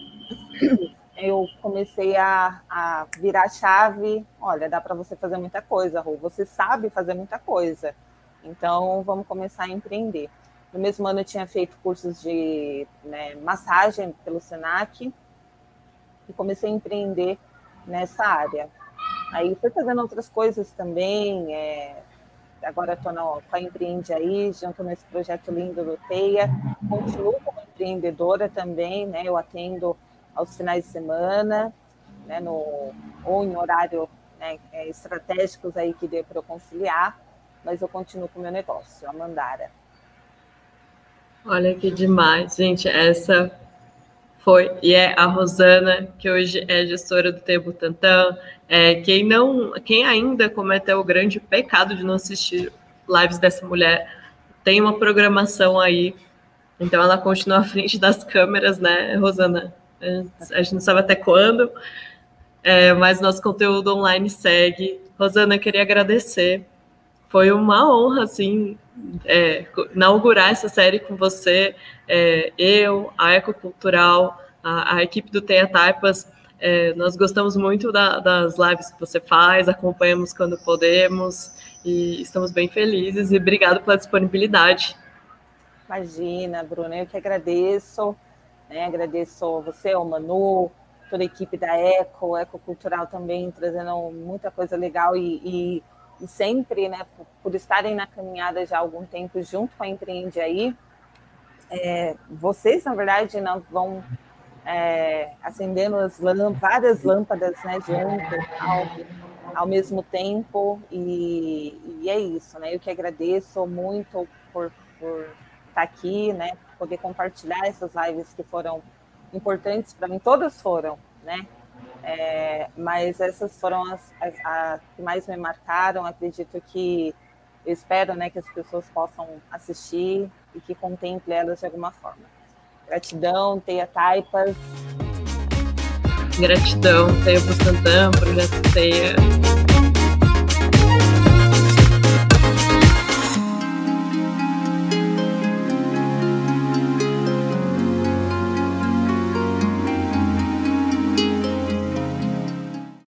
eu comecei a, a virar a chave. Olha, dá para você fazer muita coisa, Rô, você sabe fazer muita coisa, então vamos começar a empreender. No mesmo ano eu tinha feito cursos de, né, massagem pelo Senac e comecei a empreender nessa área. Aí fui fazendo outras coisas também, é, agora estou com a Empreende Aí, junto nesse projeto lindo do Teia, continuo como empreendedora também, né, eu atendo aos finais de semana, né, no, ou em horário, né, estratégicos aí que dê para eu conciliar, mas eu continuo com o meu negócio, a Mandara. Olha que demais, gente, essa foi e é a Rosana, que hoje é gestora do Teia Butantã. É, quem, não, quem ainda cometeu o grande pecado de não assistir lives dessa mulher, tem uma programação aí, então ela continua à frente das câmeras, né, Rosana? A gente não sabe até quando, é, mas nosso conteúdo online segue. Rosana, eu queria agradecer. Foi uma honra, assim, é, inaugurar essa série com você. É, eu, a Ecocultural, a, a equipe do Teia Taipas, é, nós gostamos muito da, das lives que você faz, acompanhamos quando podemos e estamos bem felizes. E obrigado pela disponibilidade. Imagina, Bruna, eu que agradeço. Né, agradeço você, o Manu, toda a equipe da Eco, Ecocultural também, trazendo muita coisa legal e, e, e sempre, né, por, por estarem na caminhada já há algum tempo junto com a Empreende Aí. É, vocês, na verdade, não vão é, acendendo as lâmpadas, várias lâmpadas, né, junto ao, ao mesmo tempo, e, e é isso, né? Eu que agradeço muito por, por estar aqui, né? Poder compartilhar essas lives que foram importantes para mim, todas foram, né? É, mas essas foram as, as, as que mais me marcaram. Acredito que, eu espero, né, que as pessoas possam assistir e que contemple elas de alguma forma. Gratidão, Teia Taipas. Gratidão, Teia Butantã, Projeto Teia.